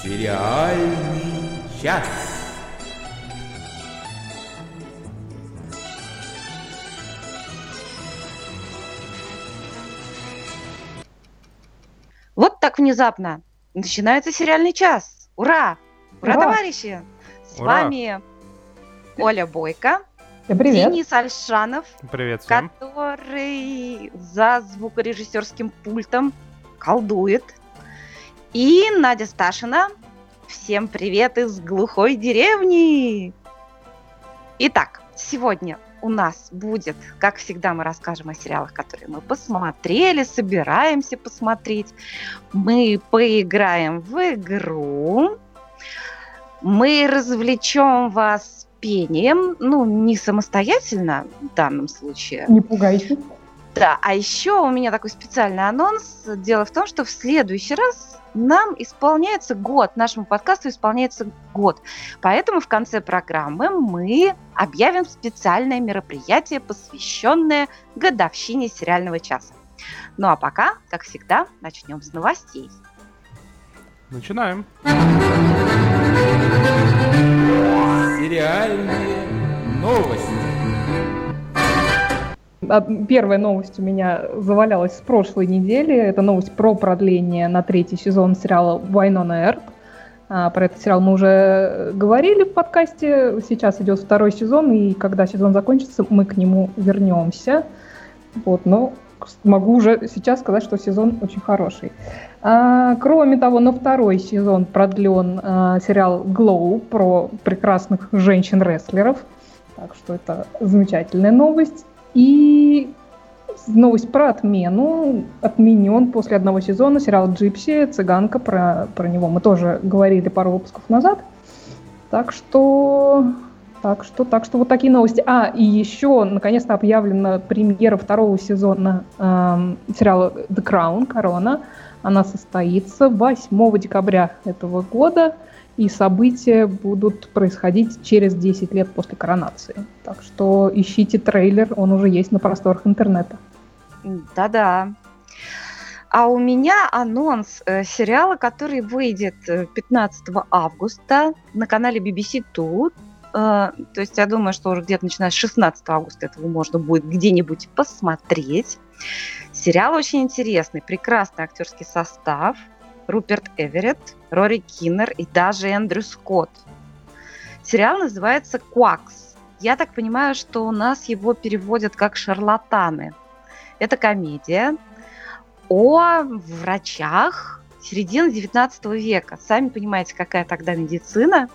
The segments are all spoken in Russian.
Сериальный час. Вот так внезапно начинается сериальный час. Ура! Ура, Ура! товарищи! С Ура! вами Оля Бойко, Привет. Денис Альшанов, Привет всем. который за звукорежиссерским пультом колдует, и Надя Сташина. Всем привет из глухой деревни! Итак, сегодня у нас будет, как всегда, мы расскажем о сериалах, которые мы посмотрели, собираемся посмотреть. Мы поиграем в игру. Мы развлечем вас пением, не самостоятельно в данном случае. Не пугайся. Да, а еще у меня такой специальный анонс. Дело в том, что в следующий раз нам исполняется год, нашему подкасту исполняется год. Поэтому в конце программы мы объявим специальное мероприятие, посвященное годовщине сериального часа. Ну а пока, как всегда, начнем с новостей. Начинаем. Сериальные новости. Первая новость у меня завалялась с прошлой недели. Это новость про продление на 3-й сезон сериала «Вайнона Эрп». Про этот сериал мы уже говорили в подкасте. Сейчас идет 2-й сезон, и когда сезон закончится, мы к нему вернемся. Но могу уже сейчас сказать, что сезон очень хороший. Кроме того, на 2-й сезон продлен сериал «Glow» про прекрасных женщин-рестлеров. Так что это замечательная новость. И новость про отмену. Отменен после 1 сезона сериал «Джипси», «Цыганка». Про него мы тоже говорили пару выпусков назад. Так что вот такие новости. И еще, наконец-то, объявлена премьера 2-го сезона сериала «The Crown», «Корона». Она состоится 8 декабря этого года. И события будут происходить через 10 лет после коронации. Так что ищите трейлер, он уже есть на просторах интернета. Да-да. А у меня анонс сериала, который выйдет 15 августа на канале BBC Two. То есть я думаю, что уже где-то начиная с 16 августа этого можно будет где-нибудь посмотреть. Сериал очень интересный, прекрасный актерский состав. Руперт Эверетт, Рори Киннер и даже Эндрю Скотт. Сериал называется «Quacks». Я так понимаю, что у нас его переводят как «Шарлатаны». Это комедия о врачах середины 19 века. Сами понимаете, какая тогда медицина.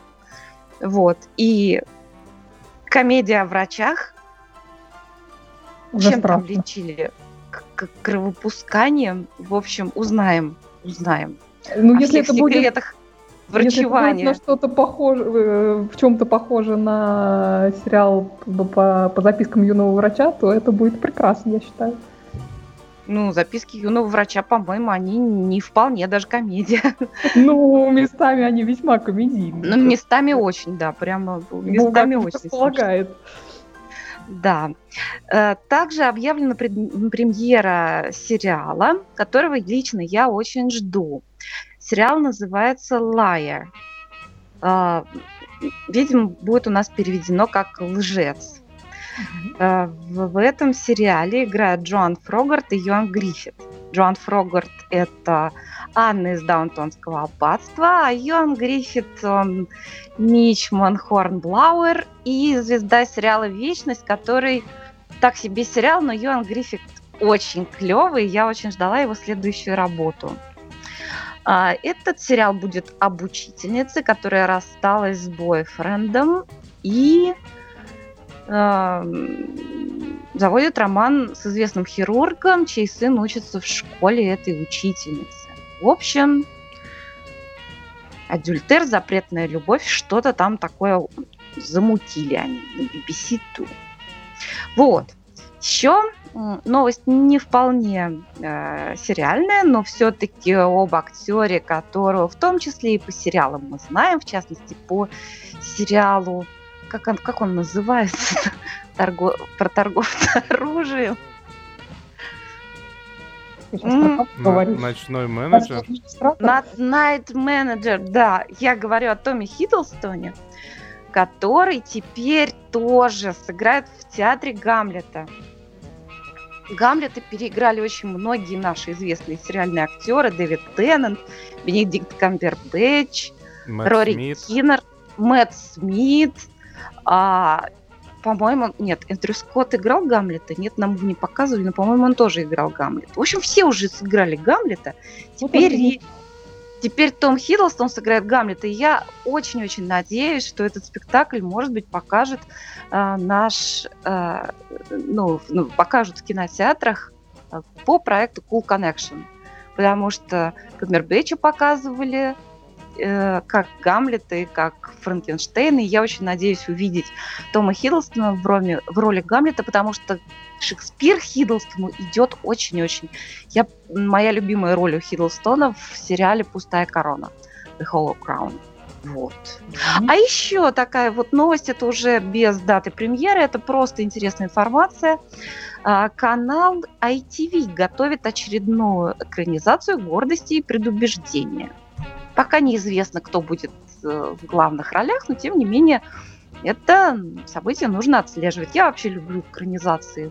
И комедия о врачах. Уже Чем страшно. там лечили? Кровопусканием. В общем, узнаем. Если это будет секретах врачевания. на что-то похоже, в чем-то похоже на сериал по запискам юного врача, то это будет прекрасно, я считаю. Записки юного врача, по-моему, они не вполне даже комедия. Местами они весьма комедийные. Местами очень, да, прямо местами очень. Располагает. Да. Также объявлена премьера сериала, которого лично я очень жду. Сериал называется «Liar». Видимо, будет у нас переведено как «Лжец». В этом сериале играют Джоан Фрогарт и Йоан Гриффит. Джоан Фрогарт – это Анна из Даунтонского аббатства, а Йоан Гриффит он Мичман Хорнблауэр и звезда сериала «Вечность», который так себе сериал, но Йоан Гриффит очень клевый, я очень ждала его следующую работу. Этот сериал будет об учительнице, которая рассталась с бойфрендом и заводит роман с известным хирургом, чей сын учится в школе этой учительницы. В общем, адюльтер, запретная любовь, что-то там такое замутили они на BBC Two. Еще новость не вполне сериальная, но все-таки об актере, которого в том числе и по сериалам мы знаем, в частности по сериалу, как он называется, про торговца оружием. Я сейчас про кого говорю. Ночной менеджер. Night Manager, да. Я говорю о Томе Хиддлстоне, который теперь тоже сыграет в театре Гамлета. Гамлета переиграли очень многие наши известные сериальные актеры. Дэвид Теннант, Бенедикт Камбербэтч, Рори Киннер, Мэтт Смит. По-моему, нет, Эндрю Скотт играл Гамлета. Нет, нам его не показывали, но, по-моему, он тоже играл Гамлета. В общем, все уже сыграли Гамлета. Теперь Том Хиддлстон сыграет Гамлета. И я очень-очень надеюсь, что этот спектакль, может быть, покажет покажут в кинотеатрах по проекту Cool Connection. Потому что Камбербэтча показывали как Гамлета и как Франкенштейна. И я очень надеюсь увидеть Тома Хиддлстона в роли Гамлета, потому что Шекспир Хиддлстону идет очень-очень. Моя любимая роль у Хиддлстона в сериале «Пустая корона» The Hollow Crown. Вот. А еще такая вот новость, это уже без даты премьеры, это просто интересная информация. Канал ITV готовит очередную экранизацию «Гордости и предубеждения». Пока неизвестно, кто будет в главных ролях, но тем не менее это событие нужно отслеживать. Я вообще люблю экранизации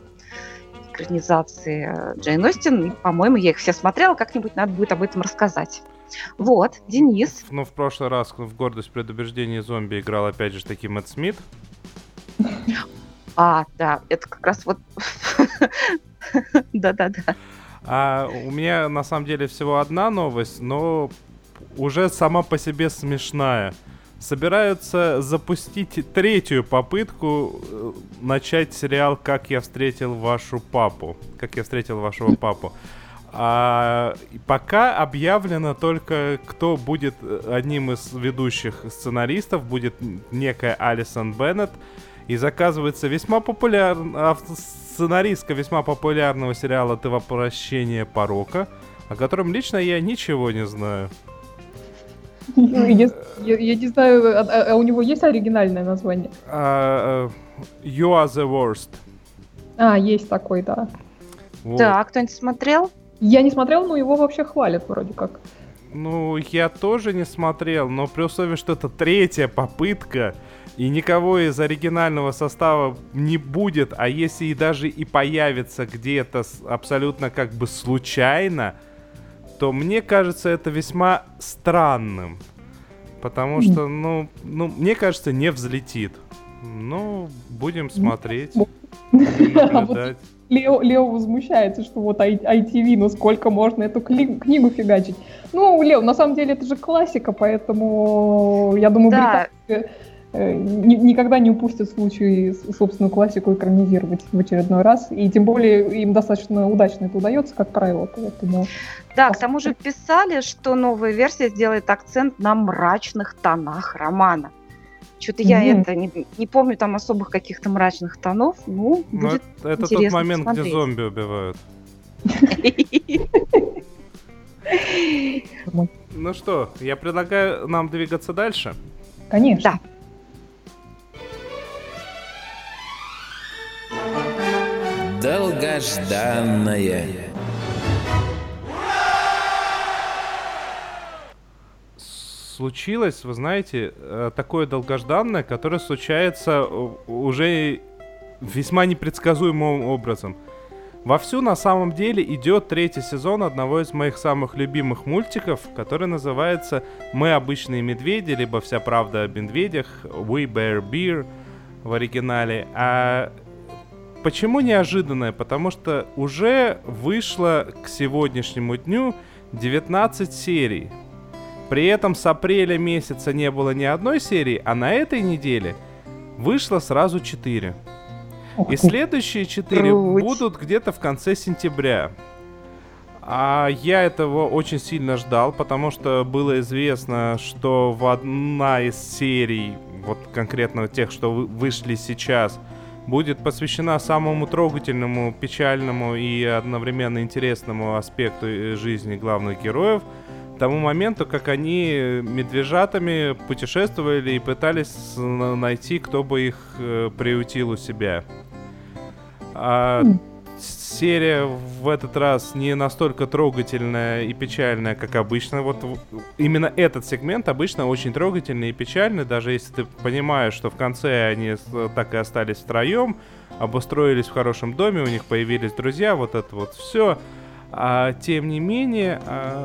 Джейн Остин. И, по-моему, я их все смотрела, как-нибудь надо будет об этом рассказать. Вот, Денис. Ну, в прошлый раз в «Гордость, предубеждение зомби» играл опять же таки Мэтт Смит. Да, это как раз вот... Да-да-да. У меня на самом деле всего одна новость, но уже сама по себе смешная. Собираются запустить третью попытку начать сериал «Как я встретил вашего папу». Пока объявлено только, кто будет одним из ведущих сценаристов. Будет некая Алисон Беннет. И заказывается сценаристка весьма популярного сериала «Ты воплощение порока», о котором лично я ничего не знаю. Я не знаю, а у него есть оригинальное название? You are the worst. Есть такой, да. Вот. Да, кто-нибудь смотрел? Я не смотрел, но его вообще хвалят вроде как. Ну, я тоже не смотрел, но при условии, что это третья попытка, и никого из оригинального состава не будет, а если и даже и появится где-то абсолютно как бы случайно, то мне кажется это весьма странным. Потому что, мне кажется, не взлетит. Ну, будем смотреть, наблюдать. Лео возмущается, что вот ITV, сколько можно эту книгу фигачить. Лео, на самом деле это же классика, поэтому я думаю, британцы никогда не упустят случай собственную классику экранизировать в очередной раз. И тем более им достаточно удачно это удается, как правило. Поэтому... Да, к тому же писали, что новая версия сделает акцент на мрачных тонах романа. Что-то я не помню там особых каких-то мрачных тонов. Будет это интересно тот момент, посмотреть. где зомби убивают. Ну что, я предлагаю нам двигаться дальше. Конечно. Да. Долгожданное. Случилось, вы знаете, такое долгожданное, которое случается уже весьма непредсказуемым образом. Вовсю на самом деле идет третий сезон одного из моих самых любимых мультиков, который называется «Мы обычные медведи», либо «Вся правда о медведях», «We Bear Bear» в оригинале. А почему неожиданное? Потому что уже вышло к сегодняшнему дню 19 серий. При этом с апреля месяца не было ни одной серии, а на этой неделе вышло сразу 4. И следующие 4 будут где-то в конце сентября. А я этого очень сильно ждал, потому что было известно, что одна из серий, вот конкретно тех, что вышли сейчас, будет посвящена самому трогательному, печальному и одновременно интересному аспекту жизни главных героев. Тому моменту, как они медвежатами путешествовали и пытались найти, кто бы их приютил у себя. серия в этот раз не настолько трогательная и печальная, как обычно. Вот именно этот сегмент обычно очень трогательный и печальный, даже если ты понимаешь, что в конце они так и остались втроем, обустроились в хорошем доме, у них появились друзья, вот это вот все. А тем не менее,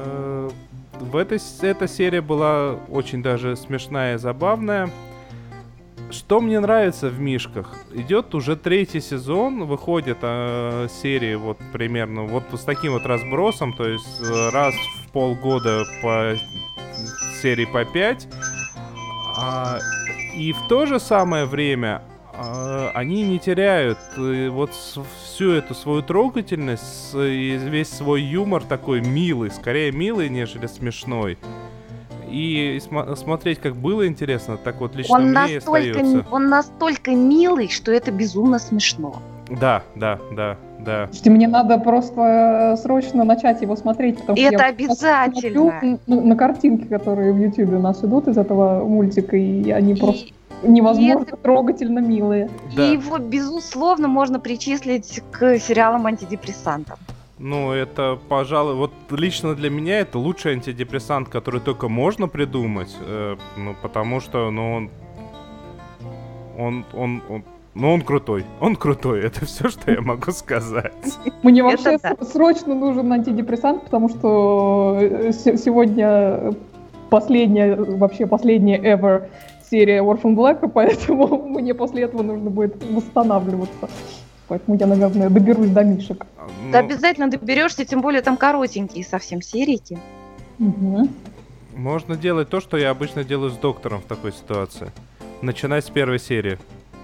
эта серия была очень даже смешная и забавная. Что мне нравится в «Мишках»? Идет уже 3-й сезон, выходит серии вот примерно вот с таким вот разбросом, то есть раз в полгода по серии по 5. И в то же самое время они не теряют вот всю эту свою трогательность и весь свой юмор такой милый, скорее милый, нежели смешной. И смотреть, как было интересно, так вот лично мне и остается. Он настолько милый, что это безумно смешно. Да. Слушайте, мне надо просто срочно начать его смотреть, потому что это обязательно. На картинки, которые в YouTube у нас идут из этого мультика, и они просто невозможно трогательно милые. И его, безусловно, можно причислить к сериалам антидепрессантов. Ну, это, пожалуй, вот лично для меня это лучший антидепрессант, который только можно придумать, потому что, он крутой. Он крутой, это все, что я могу сказать. Мне вообще срочно нужен антидепрессант, потому что сегодня последняя ever серия Orphan Black, поэтому мне после этого нужно будет восстанавливаться. Поэтому я, наверное, доберусь до Мишек. Ты обязательно доберешься, тем более там коротенькие совсем серийки. Угу. Можно делать то, что я обычно делаю с доктором в такой ситуации. Начинать с 1-й серии.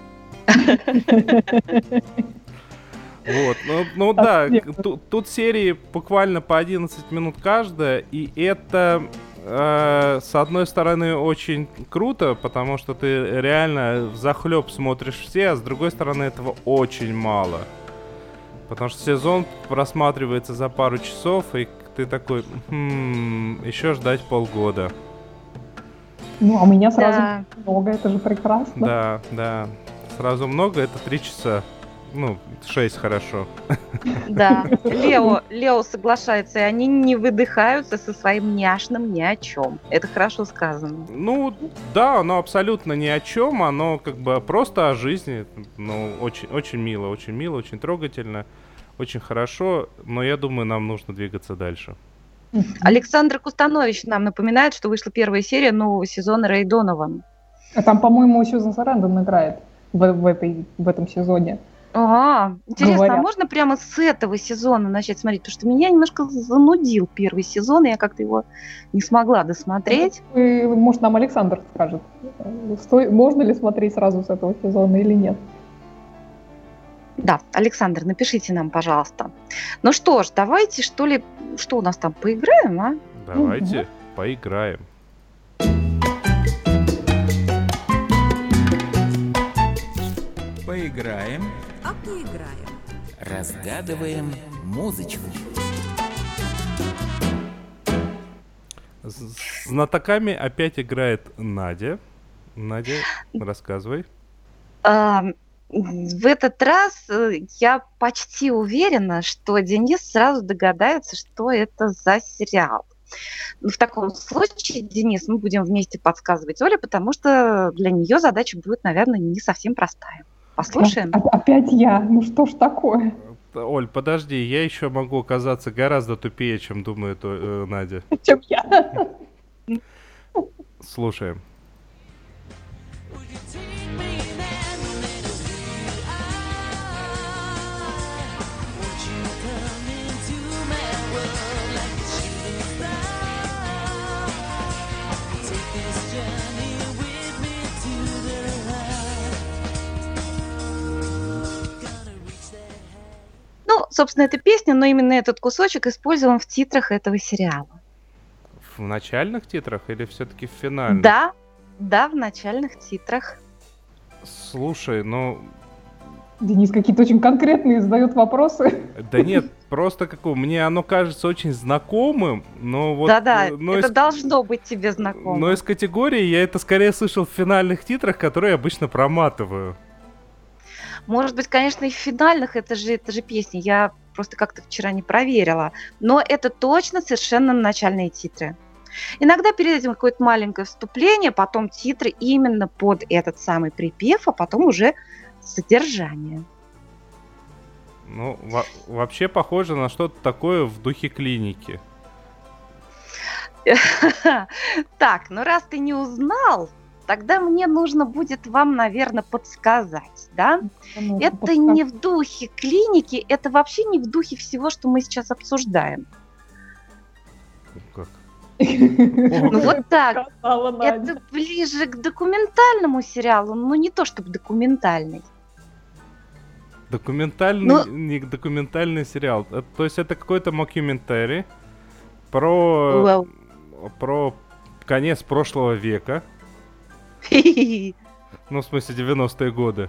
Вот, да, тут серии буквально по 11 минут каждая, и это... с одной стороны, очень круто, потому что ты реально взахлеб смотришь все, а с другой стороны, этого очень мало. Потому что сезон просматривается за пару часов, и ты такой, еще ждать полгода. Ну, а у меня сразу много, это же прекрасно. Да. Сразу много, это 3 часа. 6 хорошо. Да, Лео соглашается, и они не выдыхаются со своим няшным ни о чем. Это хорошо сказано. Да, оно абсолютно ни о чем, оно как бы просто о жизни. Очень, очень мило, очень трогательно, очень хорошо, но я думаю, нам нужно двигаться дальше. Александр Кустанович нам напоминает, что вышла 1-я серия нового сезона Рэй Донован. А там, по-моему, Сьюзан Сарандон играет в этом сезоне. Интересно, Говорят. А можно прямо с этого сезона начать смотреть? Потому что меня немножко занудил 1-й сезон, и я как-то его не смогла досмотреть. Может, нам Александр скажет, можно ли смотреть сразу с этого сезона или нет? Да, Александр, напишите нам, пожалуйста. Ну что ж, давайте, что у нас там, поиграем, а? Давайте поиграем. Поиграем. Разгадываем музычку. С знатоками опять играет Надя. Надя, рассказывай. В этот раз я почти уверена, что Денис сразу догадается, что это за сериал. В таком случае, Денис, мы будем вместе подсказывать Оле, потому что для нее задача будет, наверное, не совсем простая. Послушаем? Опять я. Ну что ж такое? Оль, подожди, я еще могу оказаться гораздо тупее, чем думает Надя. Чем я. Слушаем. Собственно, это песня, но именно этот кусочек использован в титрах этого сериала. В начальных титрах или все-таки в финальных? Да, в начальных титрах. Слушай, Денис какие-то очень конкретные задает вопросы. Да нет, просто мне оно кажется очень знакомым, но вот... Да, это должно быть тебе знакомо. Но из категории я это скорее слышал в финальных титрах, которые я обычно проматываю. Может быть, конечно, и в финальных это же песни. Я просто как-то вчера не проверила. Но это точно совершенно начальные титры. Иногда перед этим какое-то маленькое вступление, потом титры именно под этот самый припев, а потом уже содержание. Ну, вообще похоже на что-то такое в духе клиники. Так, ну раз ты не узнал, тогда мне нужно будет вам, наверное, подсказать, да? Это не в духе клиники, это вообще не в духе всего, что мы сейчас обсуждаем. Как? Ну вот так. Это ближе к документальному сериалу, но не то чтобы документальный. Документальный, не документальный сериал. То есть это какой-то мокюментари про конец прошлого века. Ну, в смысле, 90-е годы.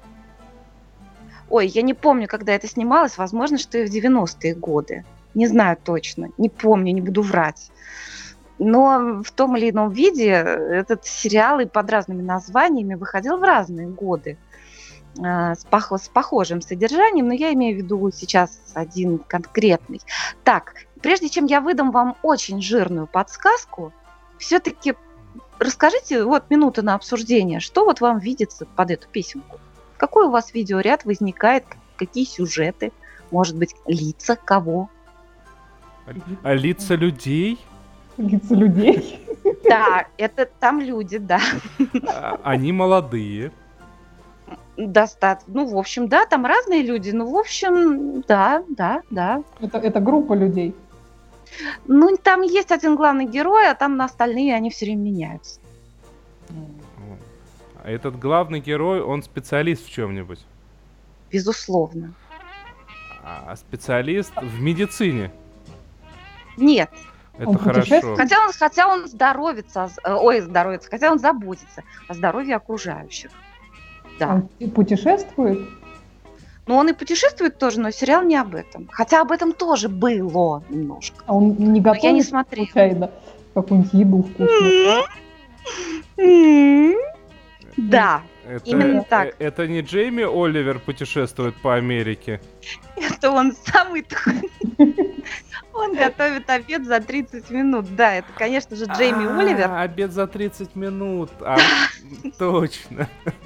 Ой, я не помню, когда это снималось. Возможно, что и в 90-е годы. Не знаю точно. Не помню, не буду врать. Но в том или ином виде этот сериал и под разными названиями выходил в разные годы. С похожим содержанием, но я имею в виду сейчас один конкретный. Так, прежде чем я выдам вам очень жирную подсказку, все-таки расскажите, вот минута на обсуждение, что вот вам видится под эту песенку? Какой у вас видеоряд возникает, какие сюжеты, может быть, лица кого? А лица людей? Лица людей? Да, это там люди, да. Они молодые. Достаточно. Ну, в общем, да, там разные люди. Ну, в общем, да. Это группа людей. Ну, там есть один главный герой, а там на остальные они все время меняются. А этот главный герой, он специалист в чем-нибудь? Безусловно. А специалист в медицине? Нет. Это Он хорошо. Хотя он здоровится, хотя он заботится о здоровье окружающих. Да. Он путешествует? Ну, он и путешествует тоже, но сериал не об этом. Хотя об этом тоже было немножко. А он не готовит, я не смотрела. Случайно какую-нибудь еду вкусную? Да, именно так. Это не Джейми Оливер путешествует по Америке? Это он самый такой... Он готовит обед за 30 минут. Да, это, конечно же, Джейми Оливер. Обед за 30 минут. Точно.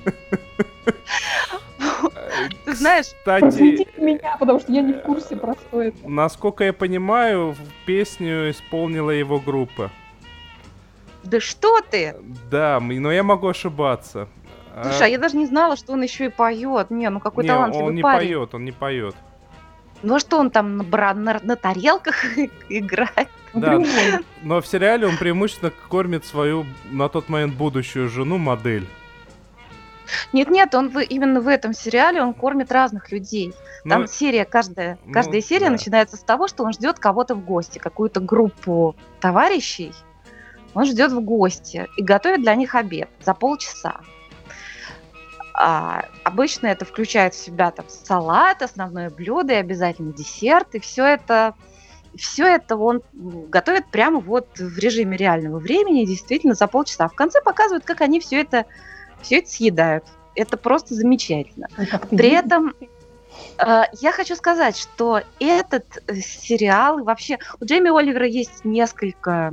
Ты знаешь... Просветите меня, потому что я не в курсе про что это. Насколько я понимаю, песню исполнила его группа. Да что ты? Да, но я могу ошибаться. Слушай, а я даже не знала, что он еще и поет. Не, ну какой талантливый парень. Он не поет. Ну а что он там на тарелках играет? Да, но в сериале он преимущественно кормит свою на тот момент будущую жену модель. Нет, он именно в этом сериале он кормит разных людей. Там серия, каждая серия начинается с того, что он ждет кого-то в гости, какую-то группу товарищей. Он ждет в гости и готовит для них обед за полчаса. Обычно это включает в себя там салат, основное блюдо и обязательно десерт. И все это он готовит прямо вот в режиме реального времени, действительно за полчаса. В конце показывают, как они все это съедают. Это просто замечательно. При этом я хочу сказать, что этот сериал, вообще у Джейми Оливера есть несколько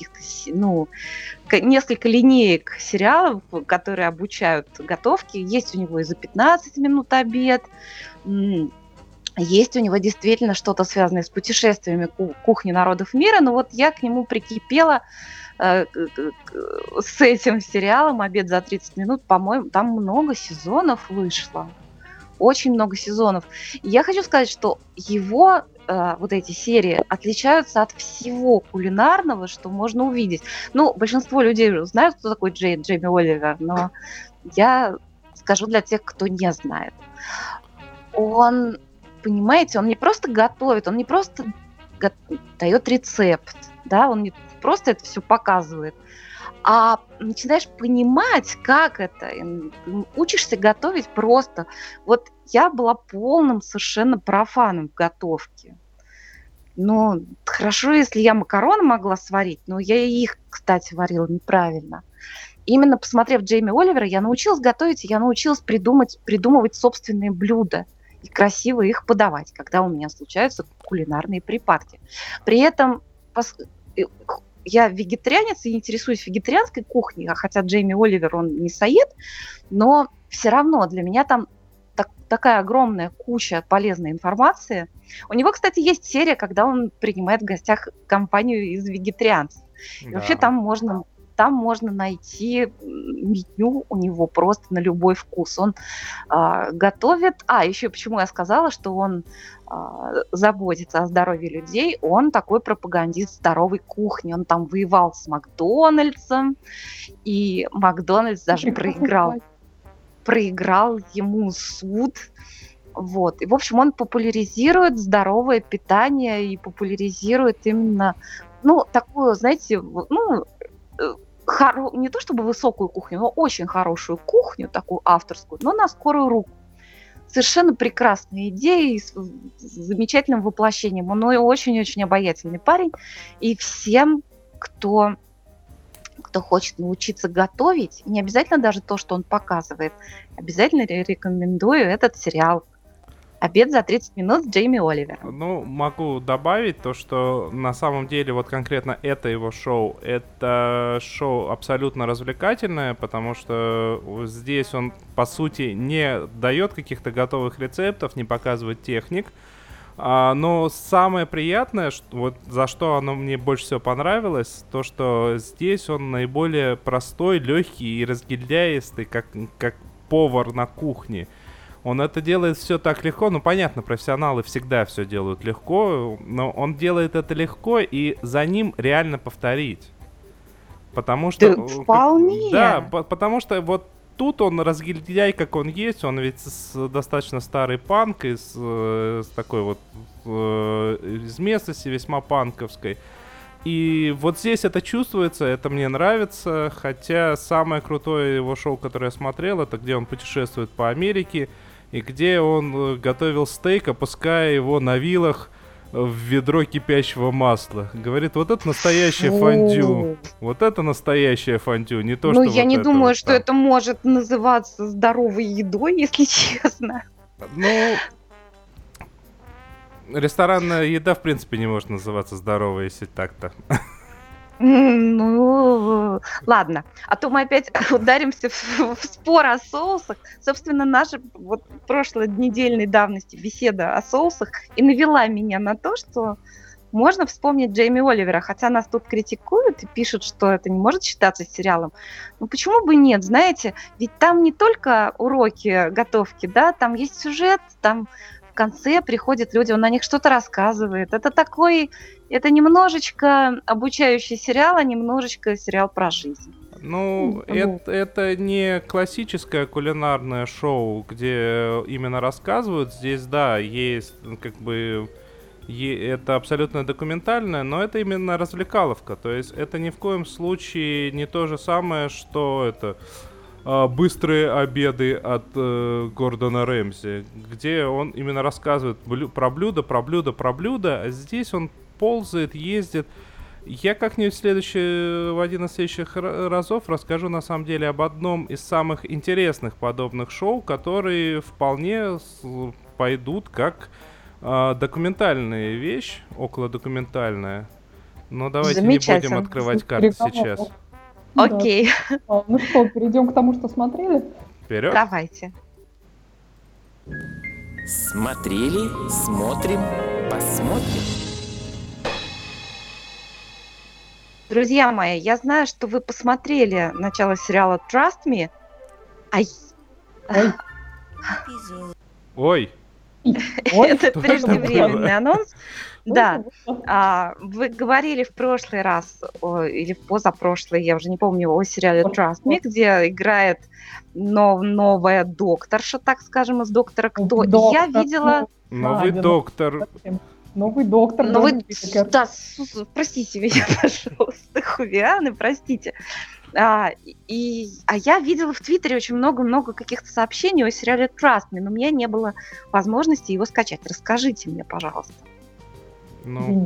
линеек сериалов, которые обучают готовке. Есть у него и за 15 минут обед. Есть у него действительно что-то связанное с путешествиями кухни народов мира. Но вот я к нему прикипела с этим сериалом «Обед за 30 минут». По-моему, там много сезонов вышло. Очень много сезонов. И я хочу сказать, что его вот эти серии отличаются от всего кулинарного, что можно увидеть. Ну, большинство людей знают, кто такой Джейми Оливер, но я скажу для тех, кто не знает. Он, понимаете, он не просто готовит, он не просто дает рецепт, да, он не просто это все показывает, а начинаешь понимать, как это, учишься готовить просто. Вот я была полным совершенно профаном в готовке. Ну, хорошо, если я макароны могла сварить, но я и их, кстати, варила неправильно. Именно посмотрев Джейми Оливера, я научилась готовить, я научилась придумывать собственные блюда и красиво их подавать, когда у меня случаются кулинарные припадки. При этом я вегетарианец и интересуюсь вегетарианской кухней, хотя Джейми Оливер, он мясоед, но все равно для меня там такая огромная куча полезной информации. У него, кстати, есть серия, когда он принимает в гостях компанию из вегетарианцев. Да. И вообще там можно найти меню у него просто на любой вкус. Он готовит... еще почему я сказала, что он заботится о здоровье людей. Он такой пропагандист здоровой кухни. Он там воевал с Макдональдсом, и Макдональдс даже проиграл ему суд. Вот. И, в общем, он популяризирует здоровое питание и популяризирует именно, такую, знаете, не то чтобы высокую кухню, но очень хорошую кухню, такую авторскую, но на скорую руку. Совершенно прекрасные идеи с замечательным воплощением. Он очень-очень обаятельный парень. И всем, кто хочет научиться готовить, не обязательно даже то, что он показывает, обязательно рекомендую этот сериал «Обед за 30 минут» с Джейми Оливером. Могу добавить то, что на самом деле вот конкретно это его шоу, это шоу абсолютно развлекательное, потому что здесь он, по сути, не дает каких-то готовых рецептов, не показывает техник. Но самое приятное, за что оно мне больше всего понравилось, то, что здесь он наиболее простой, легкий и разгильдяистый, как повар на кухне. Он это делает все так легко. Понятно, профессионалы всегда все делают легко, но он делает это легко, и за ним реально повторить. Потому что... Да, вполне. Да, потому что вот тут он разгильдяй, как он есть, он ведь достаточно старый панк, из такой вот из местности весьма панковской. И вот здесь это чувствуется, это мне нравится, хотя самое крутое его шоу, которое я смотрел, это где он путешествует по Америке, и где он готовил стейк, опуская его на вилах в ведро кипящего масла. Говорит, вот это настоящее фондю. Вот это настоящее фондю, не то, что я не думаю, что это может называться здоровой едой, если честно. Ресторанная еда, в принципе, не может называться здоровой, если так-то. Ладно. А то мы опять ударимся в спор о соусах. Собственно, наша прошлой недельной давности беседа о соусах и навела меня на то, что можно вспомнить Джейми Оливера, хотя нас тут критикуют и пишут, что это не может считаться сериалом. Почему бы нет? Знаете, ведь там не только уроки готовки, да, там есть сюжет, там в конце приходят люди, он на них что-то рассказывает. Это немножечко обучающий сериал, а немножечко сериал про жизнь. Это не классическое кулинарное шоу, где именно рассказывают. Здесь, да, есть это абсолютно документальное, но это именно развлекаловка. То есть это ни в коем случае не то же самое, что это... быстрые обеды от Гордона Рэмси, где он именно рассказывает про блюдо, а здесь он ползает, ездит. Я как-нибудь в один из следующих разов расскажу на самом деле об одном из самых интересных подобных шоу, которые вполне пойдут как документальная вещь, околодокументальная. Но давайте не будем открывать карты сейчас. Окей. Ну что, перейдем к тому, что смотрели? Вперед. Давайте. Смотрели, смотрим, посмотрим. Друзья мои, я знаю, что вы посмотрели начало сериала Trust Me. Ой. Это преждевременный анонс. Да, вы говорили в прошлый раз или в позапрошлый, я уже не помню, о сериале Trust Me, где играет новая докторша, так скажем, из «Доктора Кто». Я видела... Новый доктор. Новый доктор. Да, простите меня, пожалуйста, Хувианы, простите. Я видела в Твиттере очень много каких-то сообщений о сериале Trust Me, но у меня не было возможности его скачать. Расскажите мне, пожалуйста.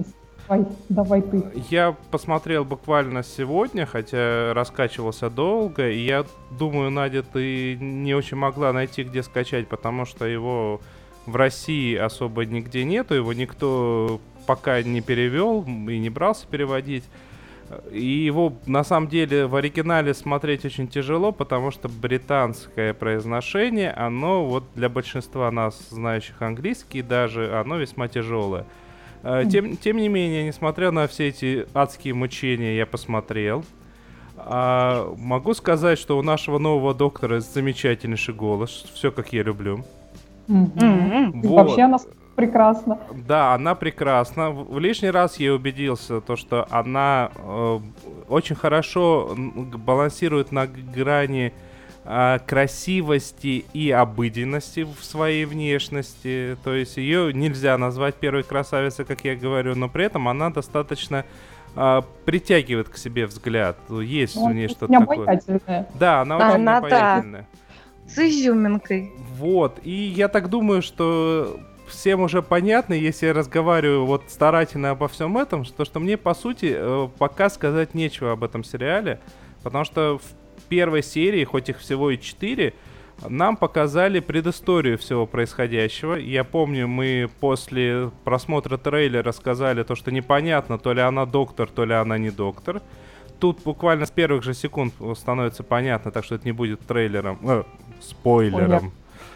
Давай ты. Я посмотрел буквально сегодня, хотя раскачивался долго, и я думаю, Надя, ты не очень могла найти, где скачать, потому что его в России особо нигде нету, его никто пока не перевел и не брался переводить. И его, на самом деле, в оригинале смотреть очень тяжело, потому что британское произношение, оно вот для большинства нас, знающих английский даже, оно весьма тяжелое. Тем не менее, несмотря на все эти адские мучения, я посмотрел. Могу сказать, что у нашего нового доктора замечательнейший голос, все как я люблю. Вот. Вообще она прекрасна. Да, она прекрасна. В лишний раз я убедился, то, что она очень хорошо балансирует на грани красивости и обыденности в своей внешности. То есть ее нельзя назвать первой красавицей, как я говорю, но при этом она достаточно притягивает к себе взгляд. Есть у нее что-то такое. Да, она очень обаятельная. С изюминкой. Вот. И я так думаю, что всем уже понятно, если я разговариваю вот старательно обо всем этом, что мне, по сути, пока сказать нечего об этом сериале, потому что в первой серии, хоть их всего и 4, нам показали предысторию всего происходящего. Я помню, мы после просмотра трейлера сказали то, что непонятно, то ли она доктор, то ли она не доктор. Тут буквально с первых же секунд становится понятно, так что это не будет трейлером, спойлером.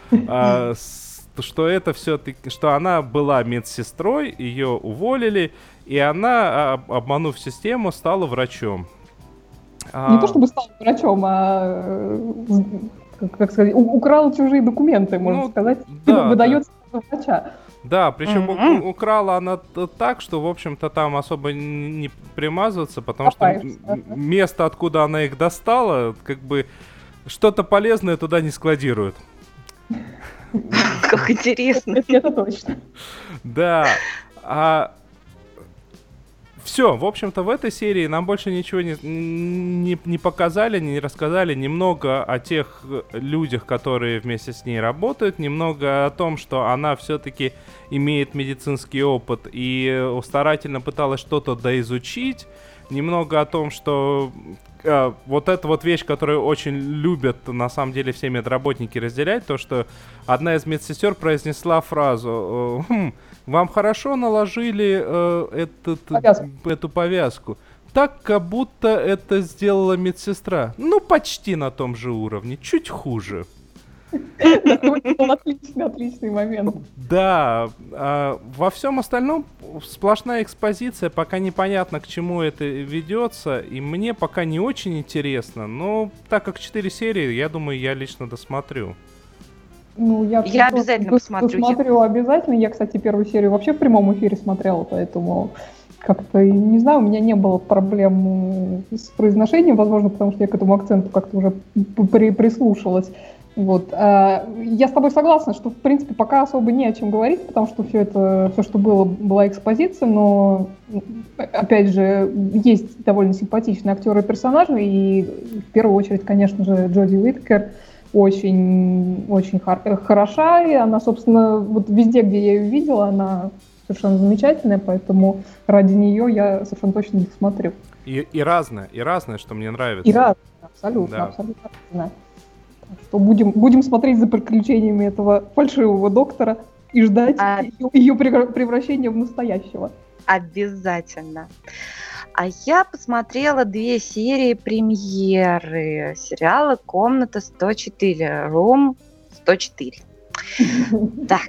Что это все-таки, что она была медсестрой, ее уволили, и она, обманув систему, стала врачом. Не то чтобы стала врачом, как сказать, украла чужие документы, можно сказать, да, выдается за врача. Да, причем украла она так, что, в общем-то, там особо не примазываться, потому что место, откуда она их достала, как бы что-то полезное туда не складируют. Как интересно. Это точно. Да. Все, в общем-то, в этой серии нам больше ничего не показали, не рассказали. Немного о тех людях, которые вместе с ней работают, немного о том, что она все-таки имеет медицинский опыт и старательно пыталась что-то доизучить. Немного о том, что вот эта вот вещь, которую очень любят на самом деле все медработники разделять, то, что одна из медсестер произнесла фразу «Вам хорошо наложили эту повязку?» Так, как будто это сделала медсестра. Ну, почти на том же уровне, чуть хуже. Это был отличный момент. Да, во всем остальном сплошная экспозиция, пока непонятно, к чему это ведется, и мне пока не очень интересно, но так как 4 серии, я думаю, я лично досмотрю. Ну, я обязательно посмотрю. Посмотрю обязательно. Я, кстати, первую серию вообще в прямом эфире смотрела, поэтому как-то, не знаю, у меня не было проблем с произношением, возможно, потому что я к этому акценту как-то уже прислушалась. Вот. Я с тобой согласна, что, в принципе, пока особо не о чем говорить, потому что все, что было, была экспозиция, но, опять же, есть довольно симпатичные актеры и персонажи, и в первую очередь, конечно же, Джоди Уиткер очень хороша, и она, собственно, вот везде, где я ее видела, она совершенно замечательная, поэтому ради нее я совершенно точно не смотрю. И разное, что мне нравится. И разное, абсолютно разное. Что будем смотреть за приключениями этого фальшивого доктора и ждать ее превращения в настоящего. Обязательно. А я посмотрела 2 серии премьеры сериала «Комната 104», Room 104. Так.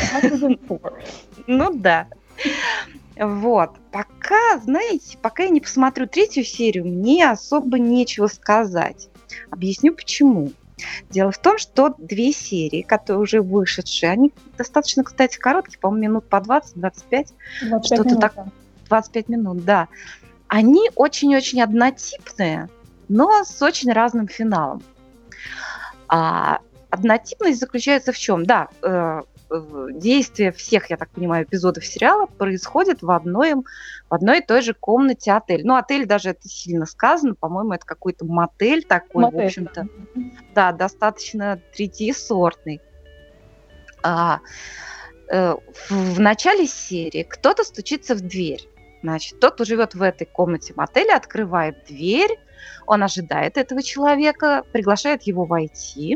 Ну да. Вот. Пока я не посмотрю 3-ю серию, мне особо нечего сказать. Объясню почему. Дело в том, что 2 серии, которые уже вышедшие, они достаточно, кстати, короткие, по-моему, минут по 20-25. Что-то так. 25 минут, да. Они очень-очень однотипные, но с очень разным финалом. Однотипность заключается в чем? Да, действие всех, я так понимаю, эпизодов сериала происходит в одной и той же комнате отеля. Ну, отель даже это сильно сказано, по-моему, это какой-то мотель такой, в общем-то. Да, достаточно третьесортный. В начале серии кто-то стучится в дверь. Значит, тот, кто живет в этой комнате мотеля, открывает дверь, он ожидает этого человека, приглашает его войти.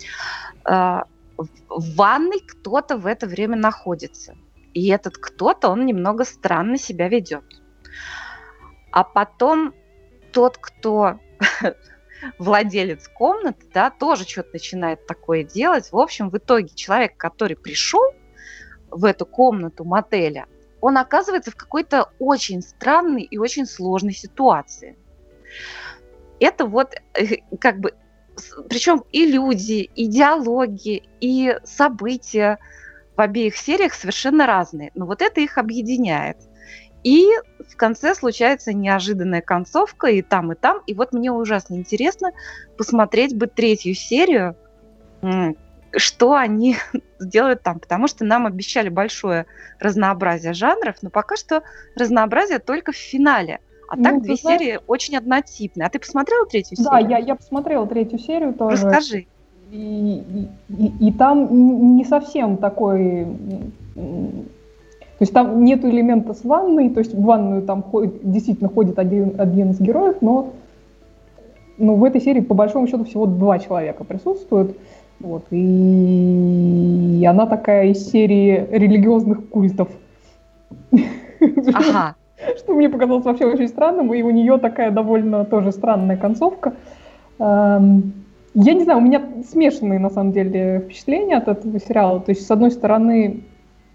В ванной кто-то в это время находится. И этот кто-то, он немного странно себя ведет. А потом тот, кто владелец комнаты, да, тоже что-то начинает такое делать. В общем, в итоге человек, который пришел в эту комнату мотеля, он оказывается в какой-то очень странной и очень сложной ситуации. Это вот как бы, причем и люди, и диалоги, и события в обеих сериях совершенно разные. Но вот это их объединяет. И в конце случается неожиданная концовка и там, и там. И вот мне ужасно интересно посмотреть бы третью серию, что они сделают там. Потому что нам обещали большое разнообразие жанров, но пока что разнообразие только в финале. А так две серии очень однотипные. А ты посмотрела третью серию? Да, я посмотрела третью серию тоже. Расскажи. И там не совсем такой... То есть там нет элемента с ванной, то есть в ванную там действительно ходит один из героев, но в этой серии по большому счету всего 2 человека присутствуют. Вот, и она такая из серии религиозных культов. Ага. Что мне показалось вообще очень странным, и у нее такая довольно тоже странная концовка. Я не знаю, у меня смешанные на самом деле впечатления от этого сериала. То есть, с одной стороны,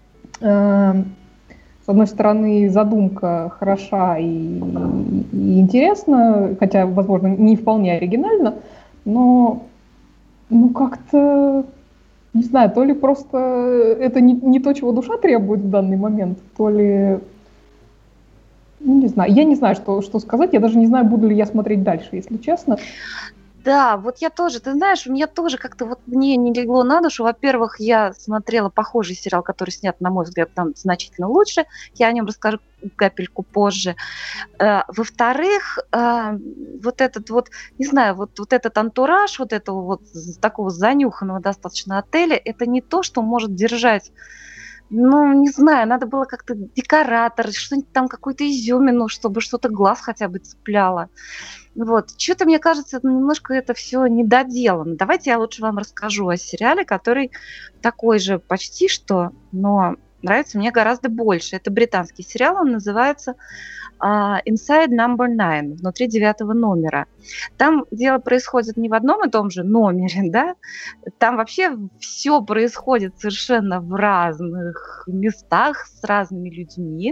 задумка хороша и интересна, хотя, возможно, не вполне оригинально, но как-то, не знаю, то ли просто это не то, чего душа требует в данный момент, то ли... Не знаю. Я не знаю, что сказать. Я даже не знаю, буду ли я смотреть дальше, если честно. Да, вот я тоже, ты знаешь, у меня тоже как-то вот мне не легло на душу. Во-первых, я смотрела похожий сериал, который снят, на мой взгляд, там значительно лучше. Я о нем расскажу капельку позже. Во-вторых, вот этот вот, не знаю, вот этот антураж, вот этого вот такого занюханного достаточно отеля, это не то, что может держать. Не знаю, надо было как-то декоратор, что-нибудь там, какую-то изюмину, чтобы что-то глаз хотя бы цепляло. Вот. Что-то, мне кажется, немножко это все недоделано. Давайте я лучше вам расскажу о сериале, который такой же почти что, но нравится мне гораздо больше. Это британский сериал, он называется Inside Number 9, внутри 9-го номера. Там дело происходит не в одном и том же номере, да, там вообще все происходит совершенно в разных местах, с разными людьми.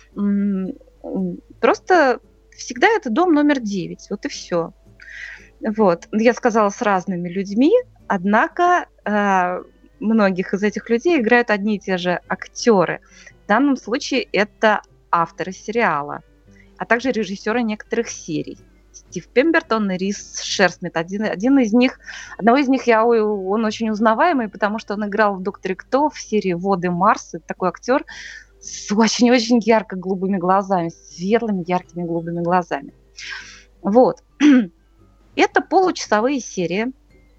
Просто всегда это дом номер 9, вот и все. Вот. Я сказала с разными людьми, однако многих из этих людей играют одни и те же актеры. В данном случае это авторы сериала, а также режиссеры некоторых серий. Стив Пембертон и Рис Шерсмит. Одного из них он очень узнаваемый, потому что он играл в «Докторе Кто» в серии «Воды Марс». Это такой актер с очень-очень ярко-голубыми глазами, светлыми, яркими голубыми глазами. Вот. Это получасовые серии.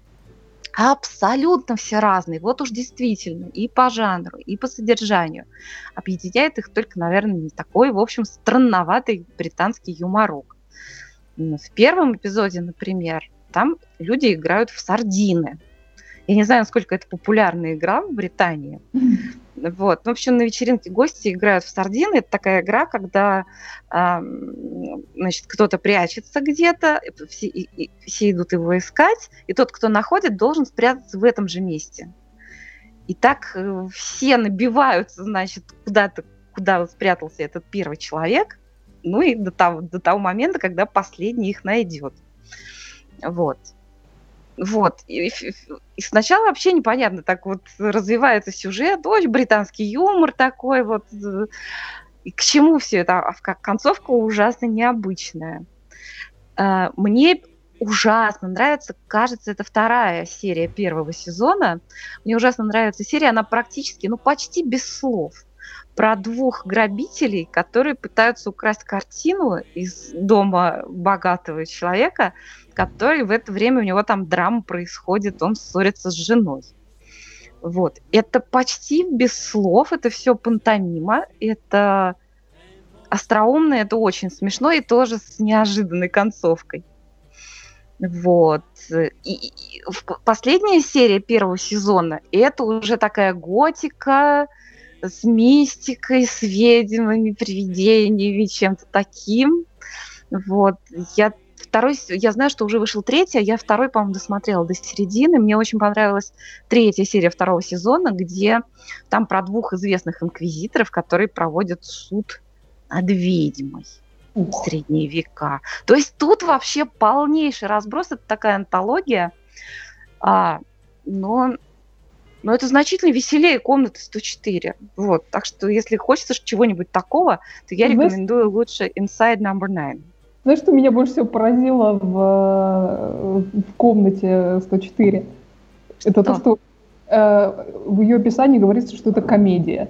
Абсолютно все разные. Вот уж действительно и по жанру, и по содержанию. Объединяет их только, наверное, не такой, в общем, странноватый британский юморок. В первом эпизоде, например, там люди играют в сардины. Я не знаю, насколько это популярная игра в Британии. Вот. В общем, на вечеринке гости играют в сардины. Это такая игра, когда значит, кто-то прячется где-то, все идут его искать, и тот, кто находит, должен спрятаться в этом же месте. И так все набиваются, значит, куда спрятался этот первый человек, и до того момента, когда последний их найдет. Вот. И сначала вообще непонятно, так вот развивается сюжет, очень британский юмор такой вот. И к чему все это? А концовка ужасно необычная. Мне ужасно нравится, кажется, это 2-я серия 1-го сезона. Мне ужасно нравится серия, она практически, почти без слов. Про 2 грабителей, которые пытаются украсть картину из дома богатого человека, который в это время, у него там драма происходит, он ссорится с женой. Вот. Это почти без слов, это все пантомима, это остроумно, это очень смешно и тоже с неожиданной концовкой. Вот. Последняя серия первого сезона – это уже такая готика с мистикой, с ведьмами, привидениями, чем-то таким. Вот. Я знаю, что уже вышел третий, а я второй, по-моему, досмотрела до середины. Мне очень понравилась третья серия второго сезона, где там про двух известных инквизиторов, которые проводят суд над ведьмой. В средние века. То есть тут вообще полнейший разброс, это такая антология, но это значительно веселее комнаты 104. Вот. Так что, если хочется чего-нибудь такого, то я рекомендую лучше Inside Number 9. Знаешь, что меня больше всего поразило в комнате 104? Это то, что в ее описании говорится, что это комедия.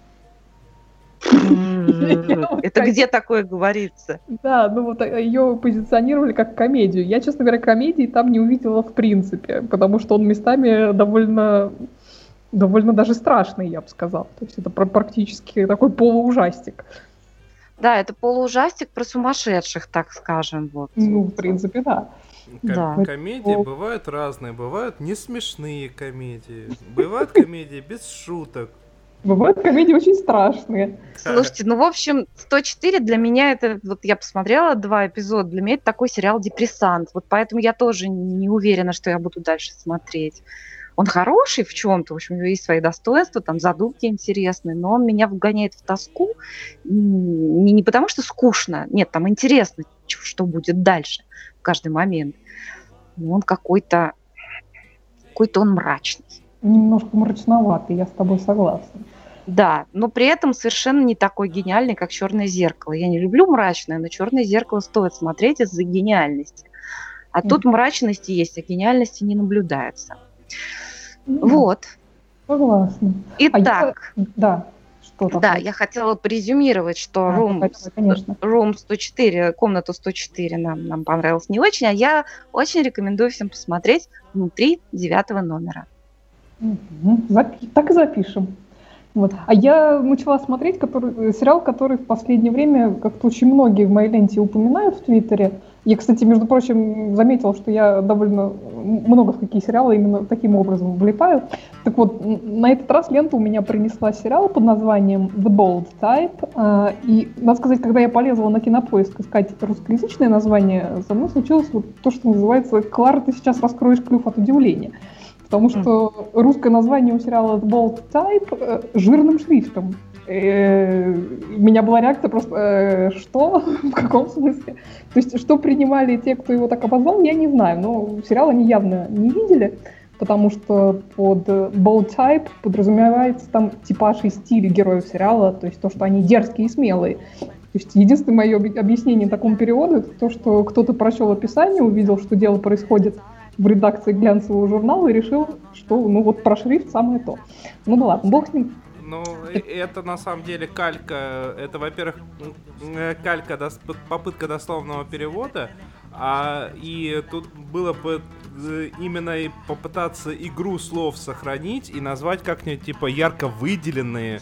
Это где такое говорится? Да, ну вот ее позиционировали как комедию. Я, честно говоря, комедии там не увидела в принципе, потому что он местами довольно даже страшный, я бы сказала. То есть это практически такой полуужастик. Да, это полуужастик про сумасшедших, так скажем. Вот. Ну, в принципе, да. Комедии бывают разные. Бывают не смешные комедии. Бывают комедии без шуток. Бывают комедии очень страшные. Слушайте, ну, в общем, 104 для меня это... Вот я посмотрела 2 эпизода, для меня это такой сериал депрессант. Вот поэтому я тоже не уверена, что я буду дальше смотреть. Он хороший в чем-то, в общем, у него есть свои достоинства, там задумки интересные, но он меня вгоняет в тоску не потому, что скучно, нет, там интересно, что будет дальше в каждый момент. Но он какой-то он мрачный. Немножко мрачноватый, я с тобой согласна. Да, но при этом совершенно не такой гениальный, как «Черное зеркало». Я не люблю мрачное, но «Черное зеркало» стоит смотреть из-за гениальности. А тут мрачности есть, а гениальности не наблюдается. Вот. Согласна. Итак. Да, что такое? Да, я хотела презюмировать, что Room 104, комнату 104 нам понравилось не очень, а я очень рекомендую всем посмотреть «Внутри 9 номера». Так и запишем. Вот. А я начала смотреть сериал, который в последнее время как-то очень многие в моей ленте упоминают в Твиттере. Я, кстати, между прочим, заметила, что я довольно много в какие сериалы именно таким образом влипаю. Так вот, на этот раз лента у меня принесла сериал под названием The Bold Type. И, надо сказать, когда я полезла на Кинопоиск искать русскоязычное название, со мной случилось вот то, что называется «Клара, ты сейчас раскроешь клюв от удивления». Потому что русское название у сериала The Bold Type жирным шрифтом. У меня была реакция просто «что? В каком смысле?» То есть, что принимали те, кто его так обозвал, я не знаю. Но сериал они явно не видели, потому что под Bold Type подразумевается там типаж и стиль героев сериала, то есть то, что они дерзкие и смелые. То есть единственное мое объяснение такому переводу — это то, что кто-то прочел описание, увидел, что дело происходит в редакции глянцевого журнала и решил, что ну вот про шрифт самое то. Ну да ладно, бог с ним. Ну, это на самом деле калька. Это, во-первых, калька, попытка дословного перевода. И тут было бы именно и попытаться игру слов сохранить и назвать как-нибудь типа ярко выделенные.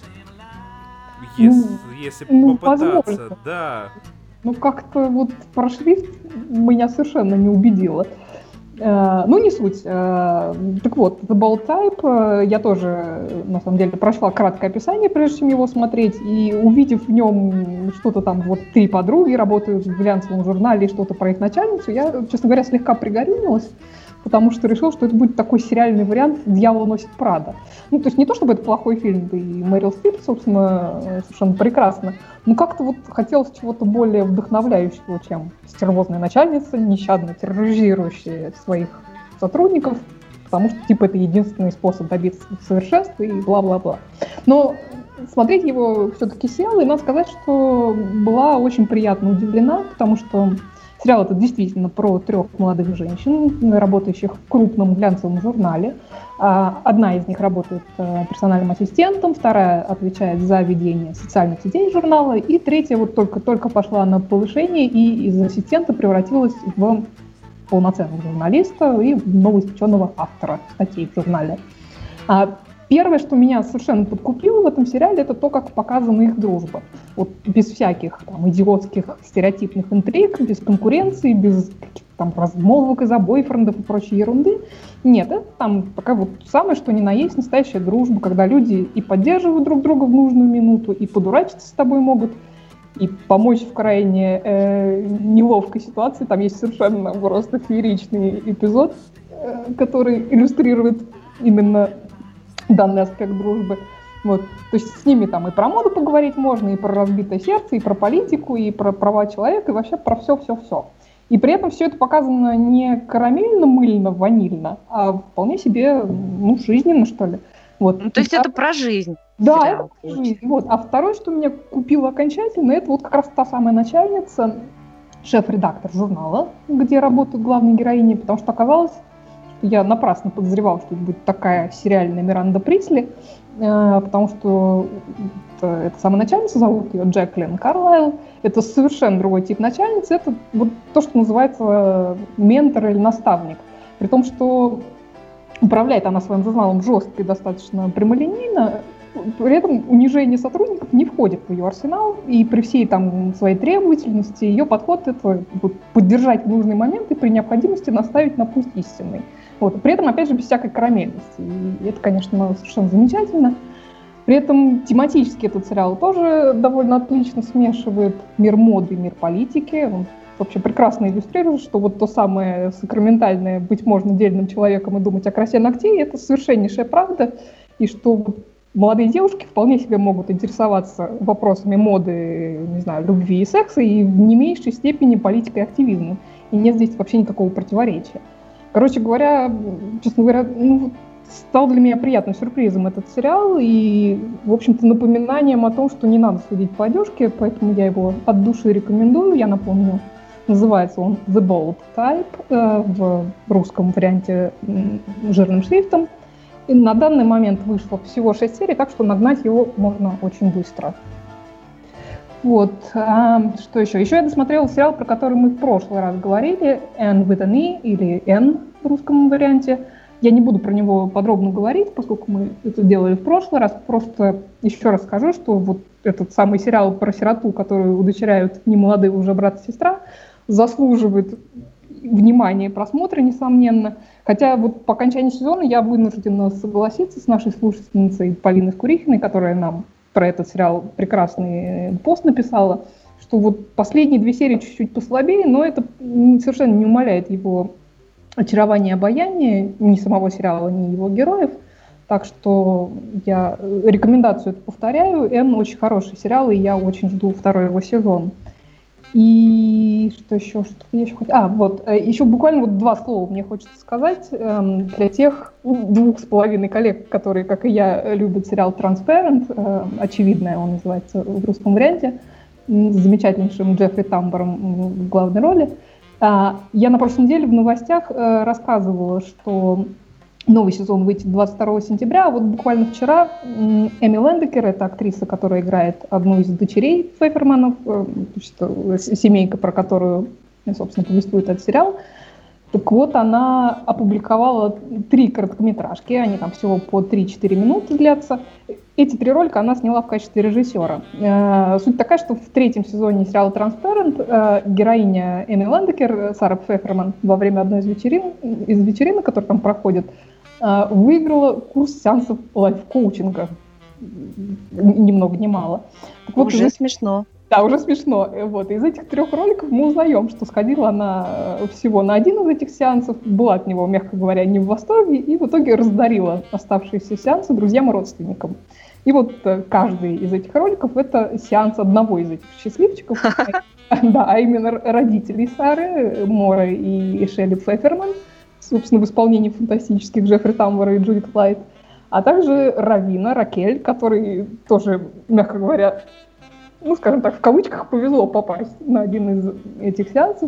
Если попытаться, возможно. Да. Ну, как-то вот про шрифт меня совершенно не убедило. Ну, не суть. Так вот, The Bold Type, я тоже, на самом деле, прошла краткое описание, прежде чем его смотреть, и увидев в нем что-то там, вот 3 подруги работают в глянцевом журнале, что-то про их начальницу, я, честно говоря, слегка пригорюнилась, потому что решила, что это будет такой сериальный вариант «Дьявол носит Прада». Ну, то есть не то, чтобы это плохой фильм, да и Мэрил Стрип, собственно, совершенно прекрасно, но как-то вот хотелось чего-то более вдохновляющего, чем стервозная начальница, нещадно терроризирующая своих сотрудников, потому что, типа, это единственный способ добиться совершенства и бла-бла-бла. Но смотреть его все-таки села, и надо сказать, что была очень приятно удивлена, потому что сериал этот действительно про 3 молодых женщин, работающих в крупном глянцевом журнале. Одна из них работает персональным ассистентом, вторая отвечает за ведение социальных сетей журнала, и третья вот только пошла на повышение и из ассистента превратилась в полноценного журналиста и новоиспеченного автора статей в журнале. Первое, что меня совершенно подкупило в этом сериале, это то, как показана их дружба. Вот без всяких там идиотских стереотипных интриг, без конкуренции, без каких-то там размолвок из-за бойфрендов и прочей ерунды. Нет, это там такая вот самое, что ни на есть настоящая дружба, когда люди и поддерживают друг друга в нужную минуту, и подурачиться с тобой могут, и помочь в крайне неловкой ситуации. Там есть совершенно просто фееричный эпизод, который иллюстрирует именно данный аспект дружбы. Вот. То есть с ними там и про моду поговорить можно, и про разбитое сердце, и про политику, и про права человека, и вообще про все-все-все. И при этом все это показано не карамельно, мыльно, ванильно, а вполне себе, жизненно, что ли. Вот. То есть это про жизнь. Да, это про жизнь. Вот. А второе, что меня купило окончательно, это вот как раз та самая начальница, шеф-редактор журнала, где работают главные героини, потому что оказалось, я напрасно подозревала, что это будет такая сериальная Миранда Присли, потому что это самая начальница, зовут ее Джеклин Карлайл. Это совершенно другой тип начальницы. Это вот то, что называется ментор или наставник. При том, что управляет она своим журналом жестко и достаточно прямолинейно, при этом унижение сотрудников не входит в ее арсенал, и при всей там своей требовательности ее подход — это вот поддержать в нужный момент и при необходимости наставить на путь истинный. Вот. При этом, опять же, без всякой карамельности. И это, конечно, совершенно замечательно. При этом тематически этот сериал тоже довольно отлично смешивает мир моды и мир политики. Он вообще прекрасно иллюстрирует, что вот то самое сакраментальное быть можно дельным человеком и думать о красе ногтей — это совершеннейшая правда, и что молодые девушки вполне себе могут интересоваться вопросами моды, не знаю, любви и секса, и в не меньшей степени политикой и активизмом. И нет здесь вообще никакого противоречия. Короче говоря, честно говоря, стал для меня приятным сюрпризом этот сериал и, в общем-то, напоминанием о том, что не надо судить по одежке, поэтому я его от души рекомендую. Я напомню, называется он The Bold Type, в русском варианте жирным шрифтом. И на данный момент вышло всего 6 серий, так что нагнать его можно очень быстро. Вот, что еще? Еще я досмотрела сериал, про который мы в прошлый раз говорили, Anne with an E, или N в русском варианте. Я не буду про него подробно говорить, поскольку мы это делали в прошлый раз. Просто еще раз скажу, что вот этот самый сериал про сироту, который удочеряют немолодые уже брат и сестра, заслуживает внимания и просмотра, несомненно. Хотя вот по окончании сезона я вынуждена согласиться с нашей слушательницей Полиной Скурихиной, которая нам про этот сериал прекрасный пост написала, что вот последние 2 серии чуть-чуть послабее, но это совершенно не умаляет его очарование и обаяние, ни самого сериала, ни его героев. Так что я рекомендацию эту повторяю. «Энн» очень хороший сериал, и я очень жду 2-й его сезон. И что еще? Что я еще хотела? Еще буквально вот 2 слова мне хочется сказать для тех 2,5 коллег, которые, как и я, любят сериал «Transparent», «Очевидное» он называется в русском варианте, с замечательнейшим Джеффри Тамбором в главной роли. Я на прошлой неделе в новостях рассказывала, что новый сезон выйдет 22 сентября, а вот буквально вчера Эми Лендекер, это актриса, которая играет одну из дочерей Пфефферманов, семейка, про которую, собственно, повествует этот сериал. Так вот, она опубликовала 3 короткометражки, они там всего по 3-4 минуты длятся. Эти 3 ролика она сняла в качестве режиссера. Суть такая, что в 3-м сезоне сериала «Transparent» героиня Эми Лендекер, Сара Пфефферман, во время одной из вечеринок, которые там проходят, выиграла курс сеансов лайф-коучинга. Ни много ни мало. Так вот, уже смешно. Да, уже смешно. Вот. Из этих 3 роликов мы узнаем, что сходила она всего на один из этих сеансов, была от него, мягко говоря, не в восторге, и в итоге раздарила оставшиеся сеансы друзьям и родственникам. И вот каждый из этих роликов — это сеанс одного из этих счастливчиков, а именно родителей Сары, Мора и Шелли Пфефферман, собственно, в исполнении фантастических Джеффри Тамбора и Джудит Клайд, а также раввина Ракель, который тоже, мягко говоря, скажем так, в кавычках повезло попасть на один из этих сеансов.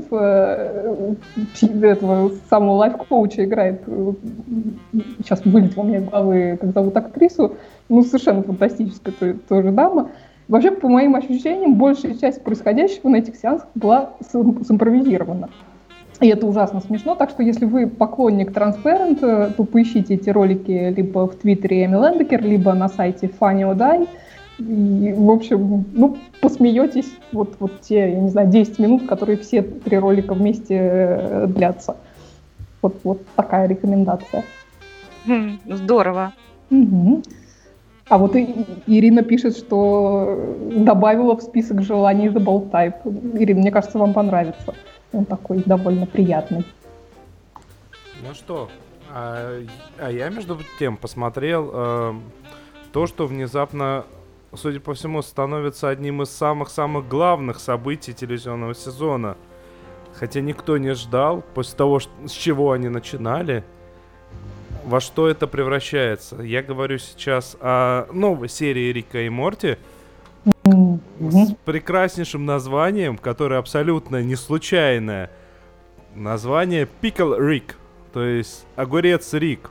Этого самого лайф-коуча играет, сейчас вылетело у меня из головы, как зовут актрису, совершенно фантастическая тоже дама. Вообще, по моим ощущениям, большая часть происходящего на этих сеансах была симпровизирована. И это ужасно смешно, так что если вы поклонник Transparent, то поищите эти ролики либо в Твиттере Эми Лендекер, либо на сайте Funny or Die. И, в общем, посмеетесь вот те, я не знаю, 10 минут, которые все 3 ролика вместе длятся. Вот такая рекомендация. Здорово. Угу. А вот Ирина пишет, что добавила в список желаний The Bold Type. Ирина, мне кажется, вам понравится. Он такой довольно приятный. Ну что, я между тем посмотрел то, что внезапно, судя по всему, становится одним из самых-самых главных событий телевизионного сезона. Хотя никто не ждал, после того, с чего они начинали, во что это превращается. Я говорю сейчас о новой серии Рика и Морти, с прекраснейшим названием, которое абсолютно не случайное. Название Pickle Rick, то есть огурец Рик.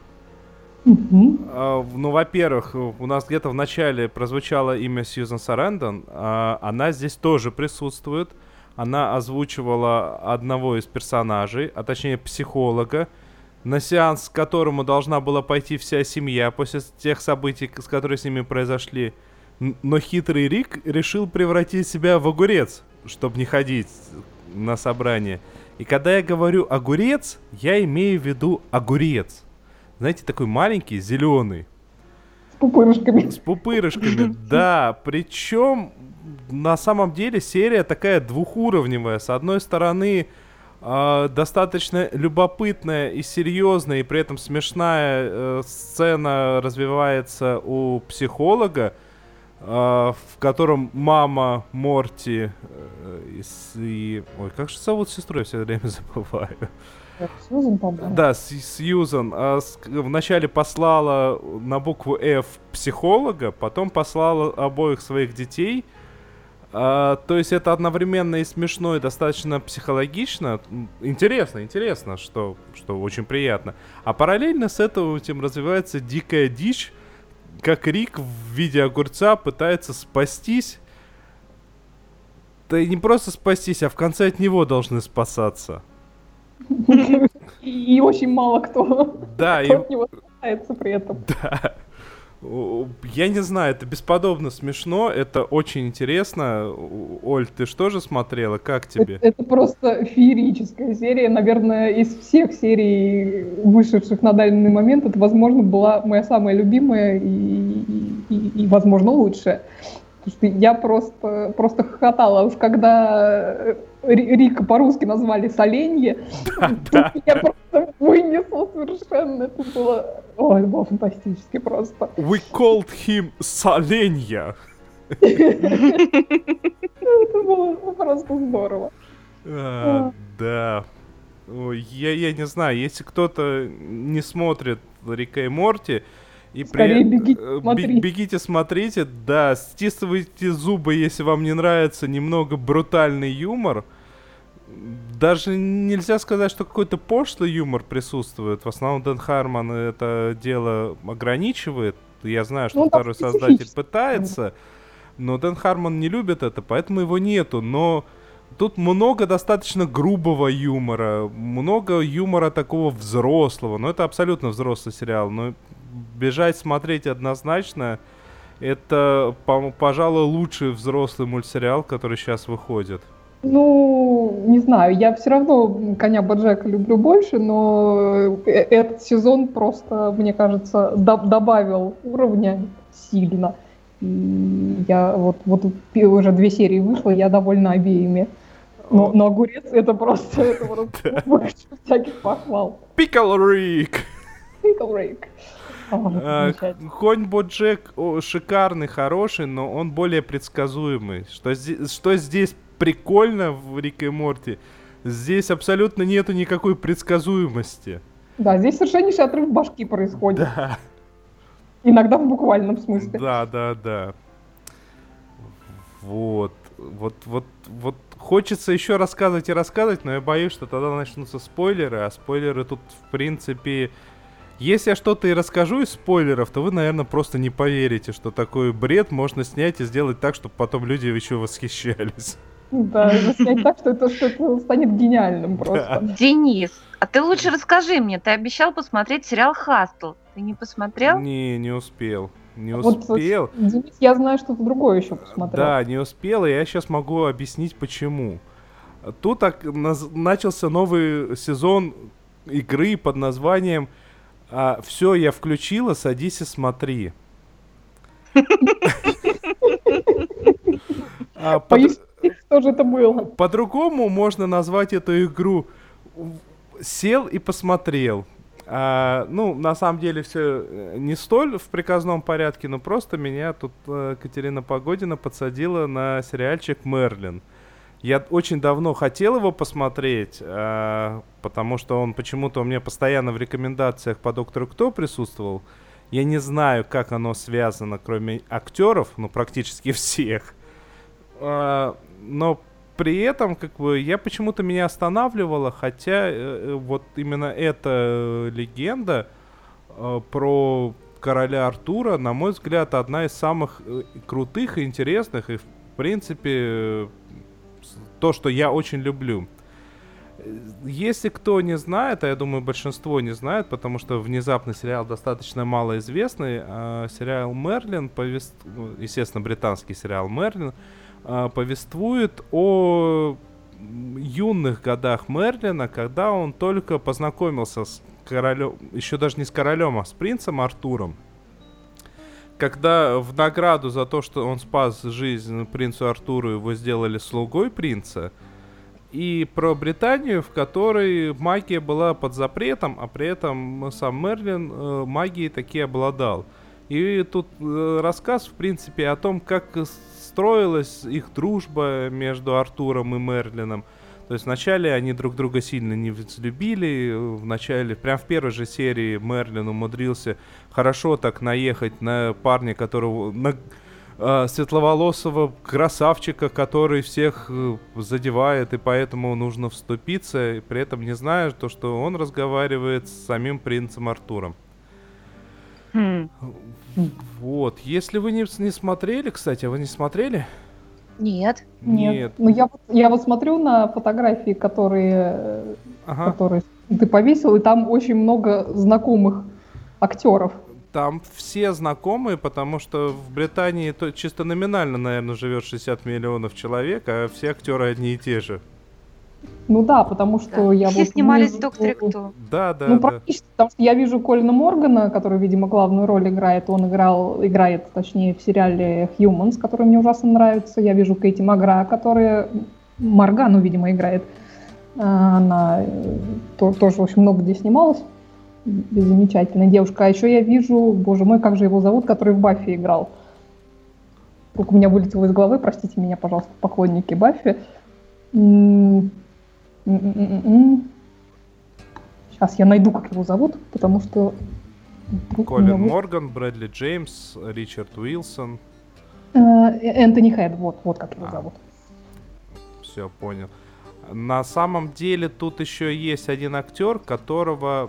Ну, во-первых, у нас где-то в начале прозвучало имя Сьюзан Сарандон. Она здесь тоже присутствует. Она озвучивала одного из персонажей, а точнее психолога, на сеанс, к которому должна была пойти вся семья после тех событий, которые с ними произошли. Но хитрый Рик решил превратить себя в огурец, чтобы не ходить на собрание. И когда я говорю огурец, я имею в виду огурец. Знаете, такой маленький, зеленый. С пупырышками. С пупырышками, да. Причем, на самом деле, серия такая двухуровневая. С одной стороны, достаточно любопытная и серьезная, и при этом смешная сцена развивается у психолога, в котором мама Морти и... Ой, как же зовут сестру, я все время забываю. Сьюзан, по-моему. Да, Сьюзан. Вначале послала на букву F психолога, потом послала обоих своих детей. То есть это одновременно и смешно, и достаточно психологично. Интересно, что очень приятно. А параллельно с этим развивается дикая дичь, как Рик в виде огурца пытается спастись. Да и не просто спастись, а в конце от него должны спасаться. И очень мало кто от него спасается при этом. Да. Я не знаю, это бесподобно смешно, это очень интересно. Оль, ты что же смотрела? Как тебе? Это просто феерическая серия. Наверное, из всех серий, вышедших на данный момент, это, возможно, была моя самая любимая и возможно, лучшая. Потому что я просто хохотала. Уж когда Рика по-русски назвали «Соленье», я просто вынесла совершенно. Это было фантастически просто. We called him Соленья. Это было просто здорово. Да. Я не знаю, если кто-то не смотрит Рика и Морти, и скорее бегите, смотрите, да, стискивайте зубы, если вам не нравится немного брутальный юмор. Даже нельзя сказать, что какой-то пошлый юмор присутствует. В основном Дэн Хармон это дело ограничивает. Я знаю, что второй создатель пытается, но Дэн Хармон не любит это, поэтому его нету. Но тут много достаточно грубого юмора, много юмора такого взрослого. Но это абсолютно взрослый сериал. Но бежать смотреть однозначно, это, пожалуй, лучший взрослый мультсериал, который сейчас выходит. Ну, не знаю, я все равно «Коня Боджека» люблю больше, но этот сезон просто, мне кажется, добавил уровня сильно. И я вот уже 2 серии вышло, я довольна обеими. Но огурец это просто больше всяких похвал. Pickle Rick! Pickle Rick. Конь Боджек шикарный, хороший, но он более предсказуемый. Что здесь прикольно в Рик и Морти, здесь абсолютно нету никакой предсказуемости. Да, здесь совершеннейший отрыв башки происходит. Да. Иногда в буквальном смысле. Да. Вот. Хочется еще рассказывать и рассказывать, но я боюсь, что тогда начнутся спойлеры, а спойлеры тут, в принципе... Если я что-то и расскажу из спойлеров, то вы, наверное, просто не поверите, что такой бред можно снять и сделать так, чтобы потом люди еще восхищались. Да, снять так, что это станет гениальным просто. Денис, а ты лучше расскажи мне, ты обещал посмотреть сериал «Хастл». Ты не посмотрел? Не успел. Не Вот, успел. Денис, я знаю, что ты другое еще посмотрел. Да, не успел, и я сейчас могу объяснить, почему. Тут начался новый сезон игры под названием «Все, я включила, садись и смотри». Что же это было? По-другому можно назвать эту игру «Сел и посмотрел». На самом деле все не столь в приказном порядке, но просто меня тут Катерина Погодина подсадила на сериальчик «Мерлин». Я очень давно хотел его посмотреть, потому что он почему-то у меня постоянно в рекомендациях по «Доктору Кто» присутствовал. Я не знаю, как оно связано, кроме актеров, практически всех. Но при этом, я почему-то меня останавливало, хотя вот именно эта легенда про короля Артура, на мой взгляд, одна из самых крутых и интересных, и в принципе то, что я очень люблю. Если кто не знает, а я думаю, большинство не знает, потому что внезапно сериал достаточно малоизвестный, сериал «Мерлин», естественно, британский сериал «Мерлин», повествует о юных годах Мерлина, когда он только познакомился с королем, еще даже не с королем, а с принцем Артуром. Когда в награду за то, что он спас жизнь принцу Артуру, его сделали слугой принца. И про Британию, в которой магия была под запретом, а при этом сам Мерлин магией таки обладал. И тут рассказ, в принципе, о том, как строилась их дружба между Артуром и Мерлином. То есть вначале они друг друга сильно не взлюбили. Вначале, прям в первой же серии, Мерлин умудрился хорошо так наехать на парня, которого... светловолосого красавчика, который всех задевает, и поэтому нужно вступиться, и при этом не зная, что он разговаривает с самим принцем Артуром. Вот. Если вы не смотрели, кстати, вы не смотрели? Нет. Ну, я вот смотрю на фотографии, которые ты повесил, и там очень много знакомых актеров. Там все знакомые, потому что в Британии чисто номинально, наверное, живет 60 миллионов человек, а все актеры одни и те же. Ну да, потому что я все снимались в «Докторе Кто». Да. Практически, потому что я вижу Колина Моргана, который, видимо, главную роль играет. Он играет, точнее, в сериале «Humans», который мне ужасно нравится. Я вижу Кэти Магра, которая Моргану, видимо, играет. Она тоже очень много где снималась. Замечательная девушка. А еще я вижу, боже мой, как же его зовут, который в «Баффи» играл. Вдруг у меня вылетело из головы, простите меня, пожалуйста, поклонники «Баффи». Сейчас я найду, как его зовут, потому что... Колин Морган, Брэдли Джеймс, Ричард Уилсон. Энтони Хэд, вот как его зовут. Все, понял. На самом деле тут еще есть один актер, которого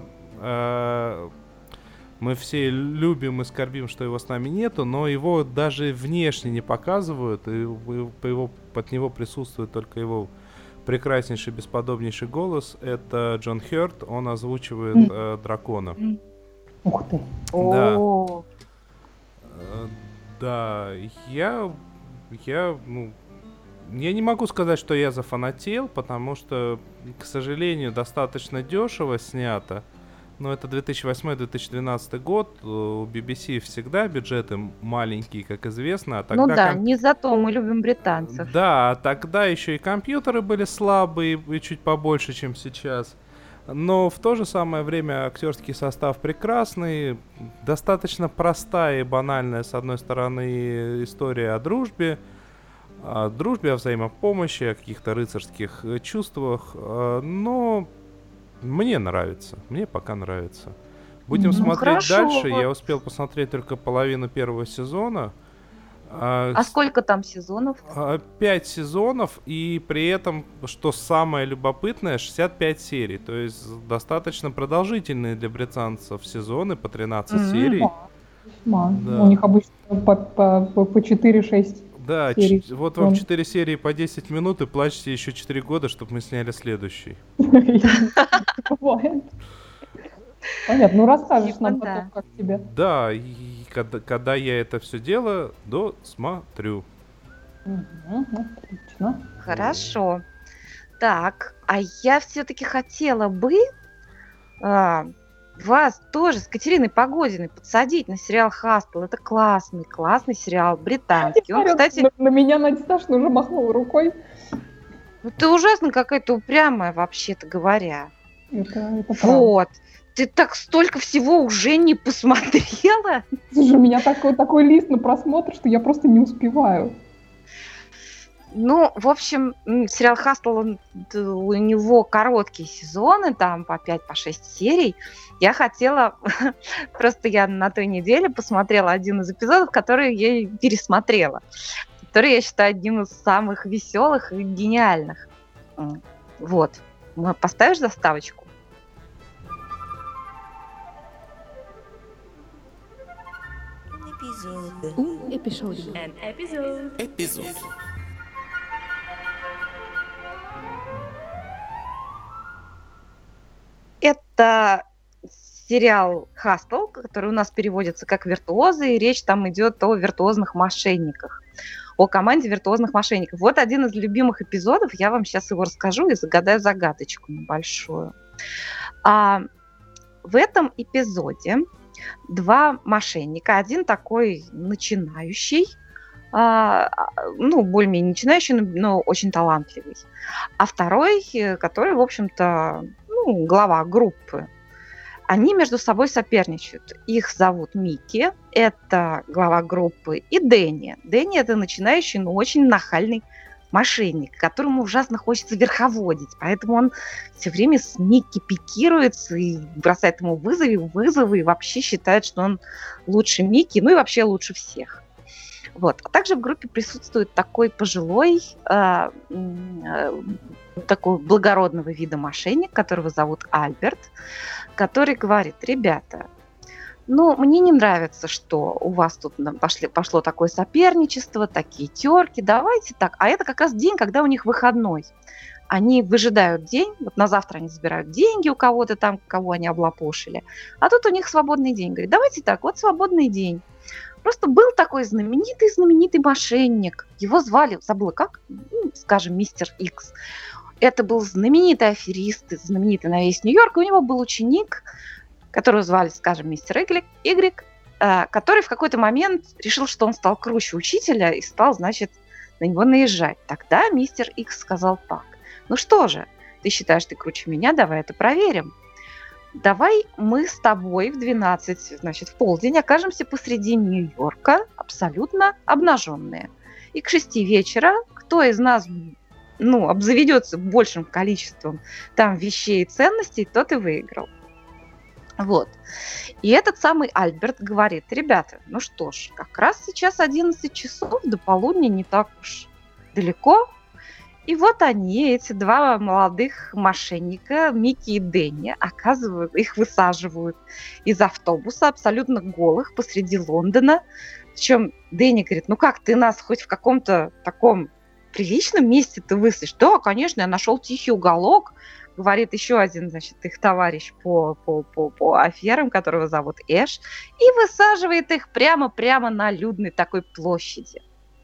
мы все любим и скорбим, что его с нами нету, но его даже внешне не показывают, и под него присутствует только его прекраснейший, бесподобнейший голос. Это Джон Хёрд, он озвучивает дракона. Ух ты! Да, я не могу сказать, что я зафанател, потому что, к сожалению, достаточно дешево снято. Но это 2008-2012 год, у BBC всегда бюджеты маленькие, как известно. А тогда не за то мы любим британцев. Да, тогда еще и компьютеры были слабые и чуть побольше, чем сейчас. Но в то же самое время актерский состав прекрасный, достаточно простая и банальная, с одной стороны, история о дружбе, о взаимопомощи, о каких-то рыцарских чувствах, но... Мне нравится. Мне пока нравится. Будем смотреть дальше. Я успел посмотреть только половину первого сезона. А сколько там сезонов? 5 сезонов. И при этом, что самое любопытное, 65 серий. То есть достаточно продолжительные для британцев сезоны по 13 серий. Да. У них обычно по 4-6. Да, серий. вот вам 4 серии по 10 минут и плачьте еще 4 года, чтобы мы сняли следующий. Бывает. Понятно, ну расскажешь Типа нам да. потом, как тебе. Да, и когда я это все дело досмотрю. Отлично. Хорошо. Так, а я все-таки хотела бы вас тоже с Катериной Погодиной подсадить на сериал «Хастл». Это классный сериал, британский. Он, кстати, На меня Надя Сташина уже махнула рукой. ну ты ужасно какая-то упрямая, вообще-то говоря. Это правда. Вот. Ты так столько всего уже не посмотрела? Слушай, у меня такой лист на просмотр, что я просто не успеваю. Ну, в общем, сериал «Хастл», у него короткие сезоны, там по 5-6 серий. Я хотела, просто я на той неделе посмотрела один из эпизодов, который я пересмотрела, который я считаю одним из самых веселых и гениальных. Вот. Поставишь заставочку? Эпизод. Это сериал «Хастл», который у нас переводится как «Виртуозы», и речь там идет о виртуозных мошенниках, о команде виртуозных мошенников. Вот один из любимых эпизодов, я вам сейчас его расскажу и загадаю загадочку небольшую. В этом эпизоде два мошенника, один такой начинающий, более-менее начинающий, но очень талантливый, а второй, который, в общем-то, глава группы. Они между собой соперничают. Их зовут Микки, это глава группы, и Дэнни. Дэнни – это начинающий, но очень нахальный мошенник, которому ужасно хочется верховодить. Поэтому он все время с Микки пикируется и бросает ему вызовы, и вообще считает, что он лучше Микки, ну и вообще лучше всех. Вот. А также в группе присутствует такой пожилой, такого благородного вида мошенник, которого зовут Альберт, который говорит: ребята, мне не нравится, что у вас тут пошло такое соперничество, такие терки, давайте так. А это как раз день, когда у них выходной. Они выжидают день, вот на завтра они забирают деньги у кого-то там, кого они облапошили, а тут у них свободный день. Говорит, давайте так, вот свободный день. Просто был такой знаменитый мошенник. Его звали, забыла как, скажем, мистер Икс. Это был знаменитый аферист, знаменитый на весь Нью-Йорк. И у него был ученик, которого звали, скажем, мистер Y, который в какой-то момент решил, что он стал круче учителя и стал, значит, на него наезжать. Тогда мистер Икс сказал так: ну что же, ты считаешь, ты круче меня, давай это проверим. Давай мы с тобой в 12, значит, в полдень окажемся посреди Нью-Йорка абсолютно обнаженные. И к 6 вечера кто из нас, обзаведется большим количеством там вещей и ценностей, тот и выиграл. Вот. И этот самый Альберт говорит: ребята, ну что ж, как раз сейчас 11 часов, до полудня не так уж далеко. И вот они, эти два молодых мошенника, Микки и Дэнни, их высаживают из автобуса абсолютно голых посреди Лондона. Причем Дэнни говорит: ну как, ты нас хоть в каком-то таком приличном месте ты высадишь? Да, конечно, я нашел тихий уголок, говорит еще один, значит, их товарищ по аферам, которого зовут Эш, и высаживает их прямо на людной такой площади.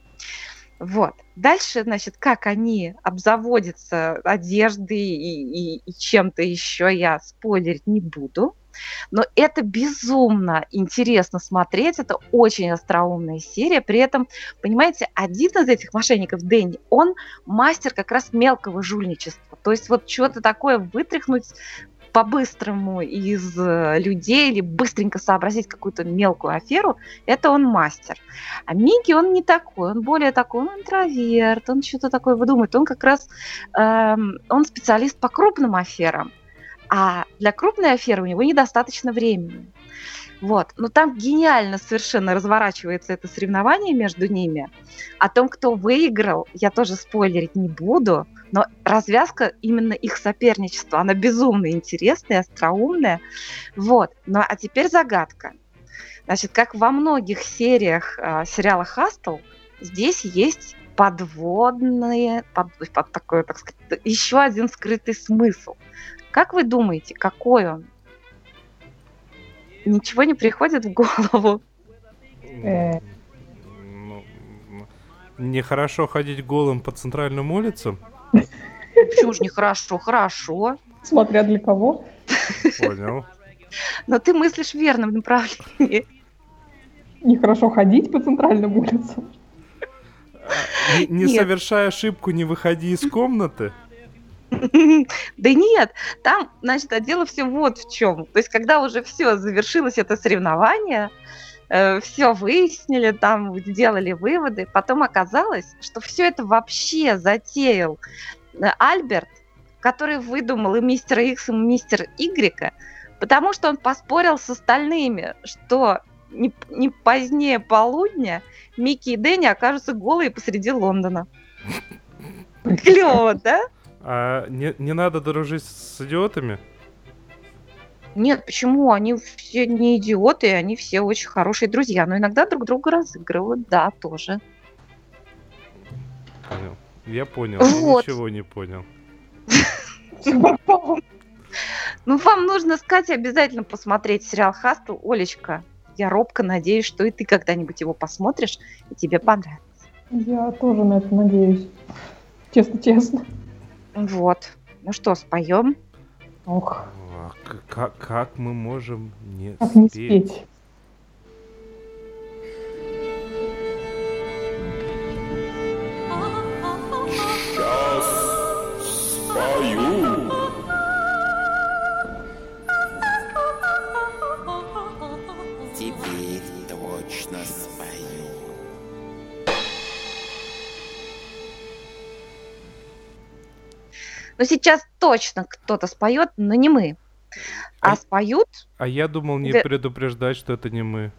Вот. Дальше, значит, как они обзаводятся одеждой и чем-то еще, я спойлерить не буду. Но это безумно интересно смотреть, это очень остроумная серия. При этом, понимаете, один из этих мошенников, Дэнни, он мастер как раз мелкого жульничества. То есть вот что-то такое вытряхнуть по-быстрому из людей или быстренько сообразить какую-то мелкую аферу, это он мастер. А Микки, он не такой, он более такой, он интроверт, он что-то такое выдумывает. Он как раз, он специалист по крупным аферам, а для крупной аферы у него недостаточно времени. Вот. Но там гениально совершенно разворачивается это соревнование между ними. О том, кто выиграл, я тоже спойлерить не буду, но развязка именно их соперничества, она безумно интересная, остроумная. Вот. Ну а теперь загадка. Значит, как во многих сериях сериала «Хастл», здесь есть подводные, под такой, так сказать, еще один скрытый смысл. Как вы думаете, какой он? Ничего не приходит в голову? Нехорошо ходить голым по центральным улицам? Почему же нехорошо? Хорошо. Смотря для кого. Понял. Но ты мыслишь в верном направлении. Нехорошо ходить по центральным улицам. Не совершай ошибку, не выходи из комнаты. Да нет, там, значит, дело все вот в чем. То есть, когда уже все завершилось, это соревнование, все выяснили, там сделали выводы, потом оказалось, что все это вообще затеял Альберт, который выдумал и мистера Икс, и мистер Игрека, потому что он поспорил с остальными, что не позднее полудня Микки и Дэнни окажутся голые посреди Лондона. Клево, да? А не надо дружить с идиотами? Нет, почему? Они все не идиоты, они все очень хорошие друзья, но иногда друг друга разыгрывают, да, тоже. Понял. Я понял, Вот. я ничего не понял. Ну, вам нужно с Катей обязательно посмотреть сериал «Хастл». Олечка, я робко надеюсь, что и ты когда-нибудь его посмотришь, и тебе понравится. Я тоже на это надеюсь. Честно. Вот. Ну что, споем? Ох, Как мы можем не как не спеть? спеть. Теперь точно спою. Ну, сейчас точно кто-то споет, но не мы. А споют... А я думал не Да. предупреждать, что это не мы.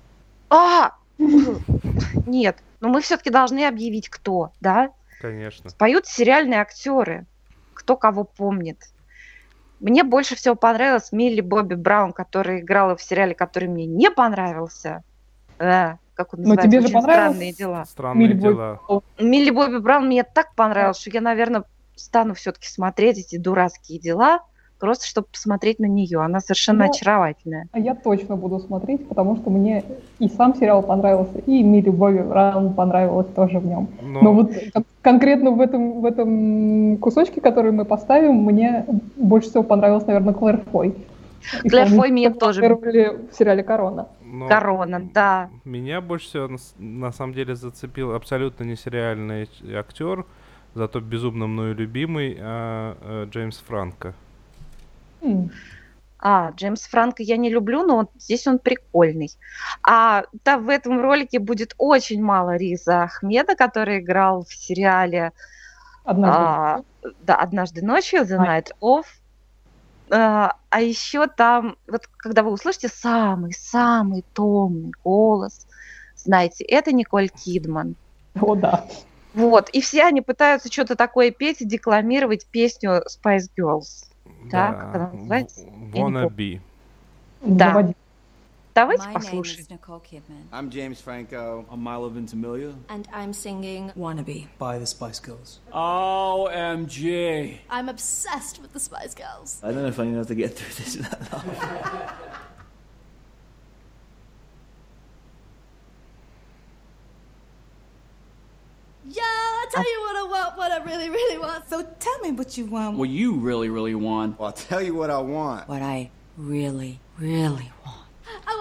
Нет, но мы все-таки должны объявить, кто, да? Конечно. Споют сериальные актеры, кто кого помнит. Мне больше всего понравилась Милли Бобби Браун, которая играла в сериале, который мне не понравился. Как он Но называется? тебе же «Очень понравилось? странные дела». Странные Милли Бобби дела. Милли Бобби Браун мне так понравилась, что я, наверное, стану все-таки смотреть эти дурацкие дела, просто чтобы посмотреть на нее. Она совершенно Ну, очаровательная. А я точно буду смотреть, потому что мне и сам сериал понравился, и Милли Бобби Браун понравилась тоже в нем. Но вот конкретно в этом кусочке, который мы поставим, мне больше всего понравилась, наверное, Клэр Фой. Клэр Фой меня тоже. В сериале «Корона». Но Корона, да. Меня больше всего на самом деле зацепил абсолютно несериальный актер, зато безумно мною любимый Джеймс Франко. Джеймс Франко я не люблю, но вот здесь он прикольный. В этом ролике будет очень мало Риза Ахмеда, который играл в сериале «Однажды ночью», «The Night Of». А еще там, вот когда вы услышите самый-самый томный голос, знаете, это Николь Кидман. О, да. Вот, и все они пытаются что-то такое петь и декламировать песню Spice Girls. Да, как она называется? Wanna Be. Да. Заводи. Давайте My name послушаем. is Nicole Kidman, I'm James Franco. I'm Milo Ventimiglia and I'm singing Wannabe. by the Spice Girls. OMG. I'm obsessed with the Spice Girls. I don't know if I know how to get through this without laughing. Yeah, I'll tell you what I want, what I really, really want. So tell me what you want. What you really, really want. Well, I'll tell you what I want. What I really, really want. I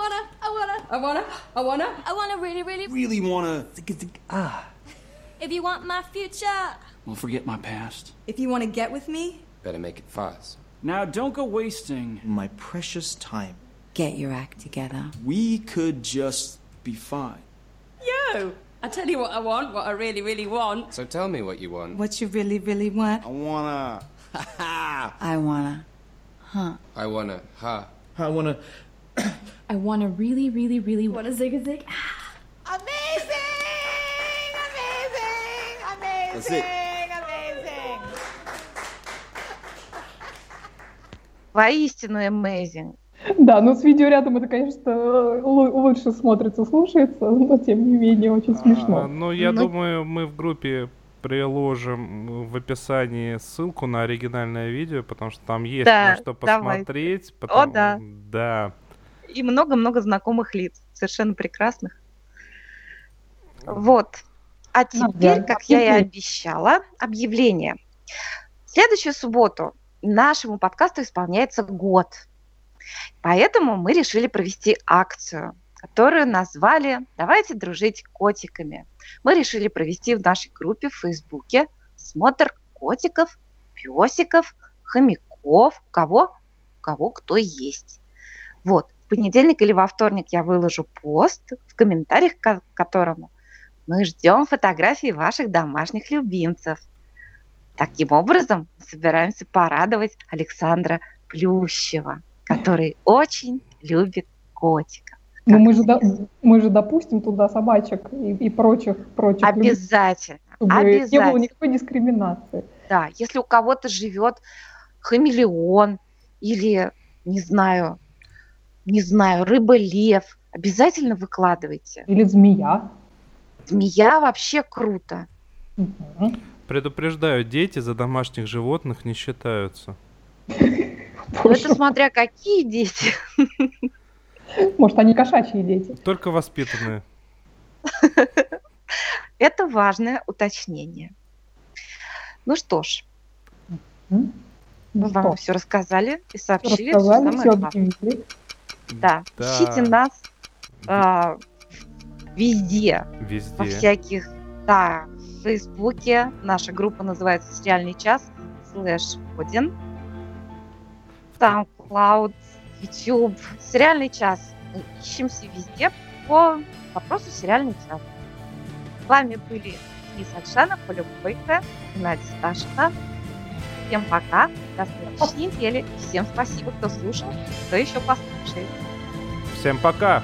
wanna really, really. Really wanna. If you want my future, Well, forget my past. If you want to get with me, Better make it fast. Now, don't go wasting. My precious time. get your act together. We could just be fine. Yo, I tell you what I want, what I really, really want. So tell me what you want. What you really, really want. I wanna. I wanna. I wanna, ha. I wanna. I want to really, really, really wanna zig a zig. That's it. Воистину amazing. Да, но с видео рядом это, конечно, лучше смотрится, слушается, но тем не менее очень смешно. Ну, я думаю, мы в группе приложим в описании ссылку на оригинальное видео, потому что там есть на что посмотреть. О, да. Да. И много-много знакомых лиц, совершенно прекрасных. Вот. А теперь, как я и обещала, объявление. В следующую субботу нашему подкасту исполняется год. Поэтому мы решили провести акцию, которую назвали «Давайте дружить котиками». Мы решили провести в нашей группе в Фейсбуке смотр котиков, песиков, хомяков, у кого кто есть. Вот. В понедельник или во вторник я выложу пост, в комментариях к которому мы ждем фотографии ваших домашних любимцев. Таким образом, мы собираемся порадовать Александра Плющева, который очень любит котиков. Ну, мы же допустим туда собачек и прочих обязательно. Чтобы обязательно. не было никакой дискриминации. Да, если у кого-то живет хамелеон или, не знаю, рыба-лев, обязательно выкладывайте. Или змея. Змея вообще круто. Угу. Предупреждаю, дети за домашних животных не считаются. Ну, это смотря какие дети. Может, они кошачьи дети. Только воспитанные. Это важное уточнение. Ну что ж. Мы вам все рассказали и сообщили. Все объявили. Да. Ищите нас везде. Во всяких, да, в Фейсбуке. Наша группа называется «Сериальный час» /1. SoundCloud, YouTube. «Сериальный час». Мы ищемся везде по вопросу «Сериальный час». С вами были Денис Альшанов, Оля Бойко, Геннадий Сташина. Всем пока, до следующей недели. Всем спасибо, кто слушал, кто еще послушает. Всем пока!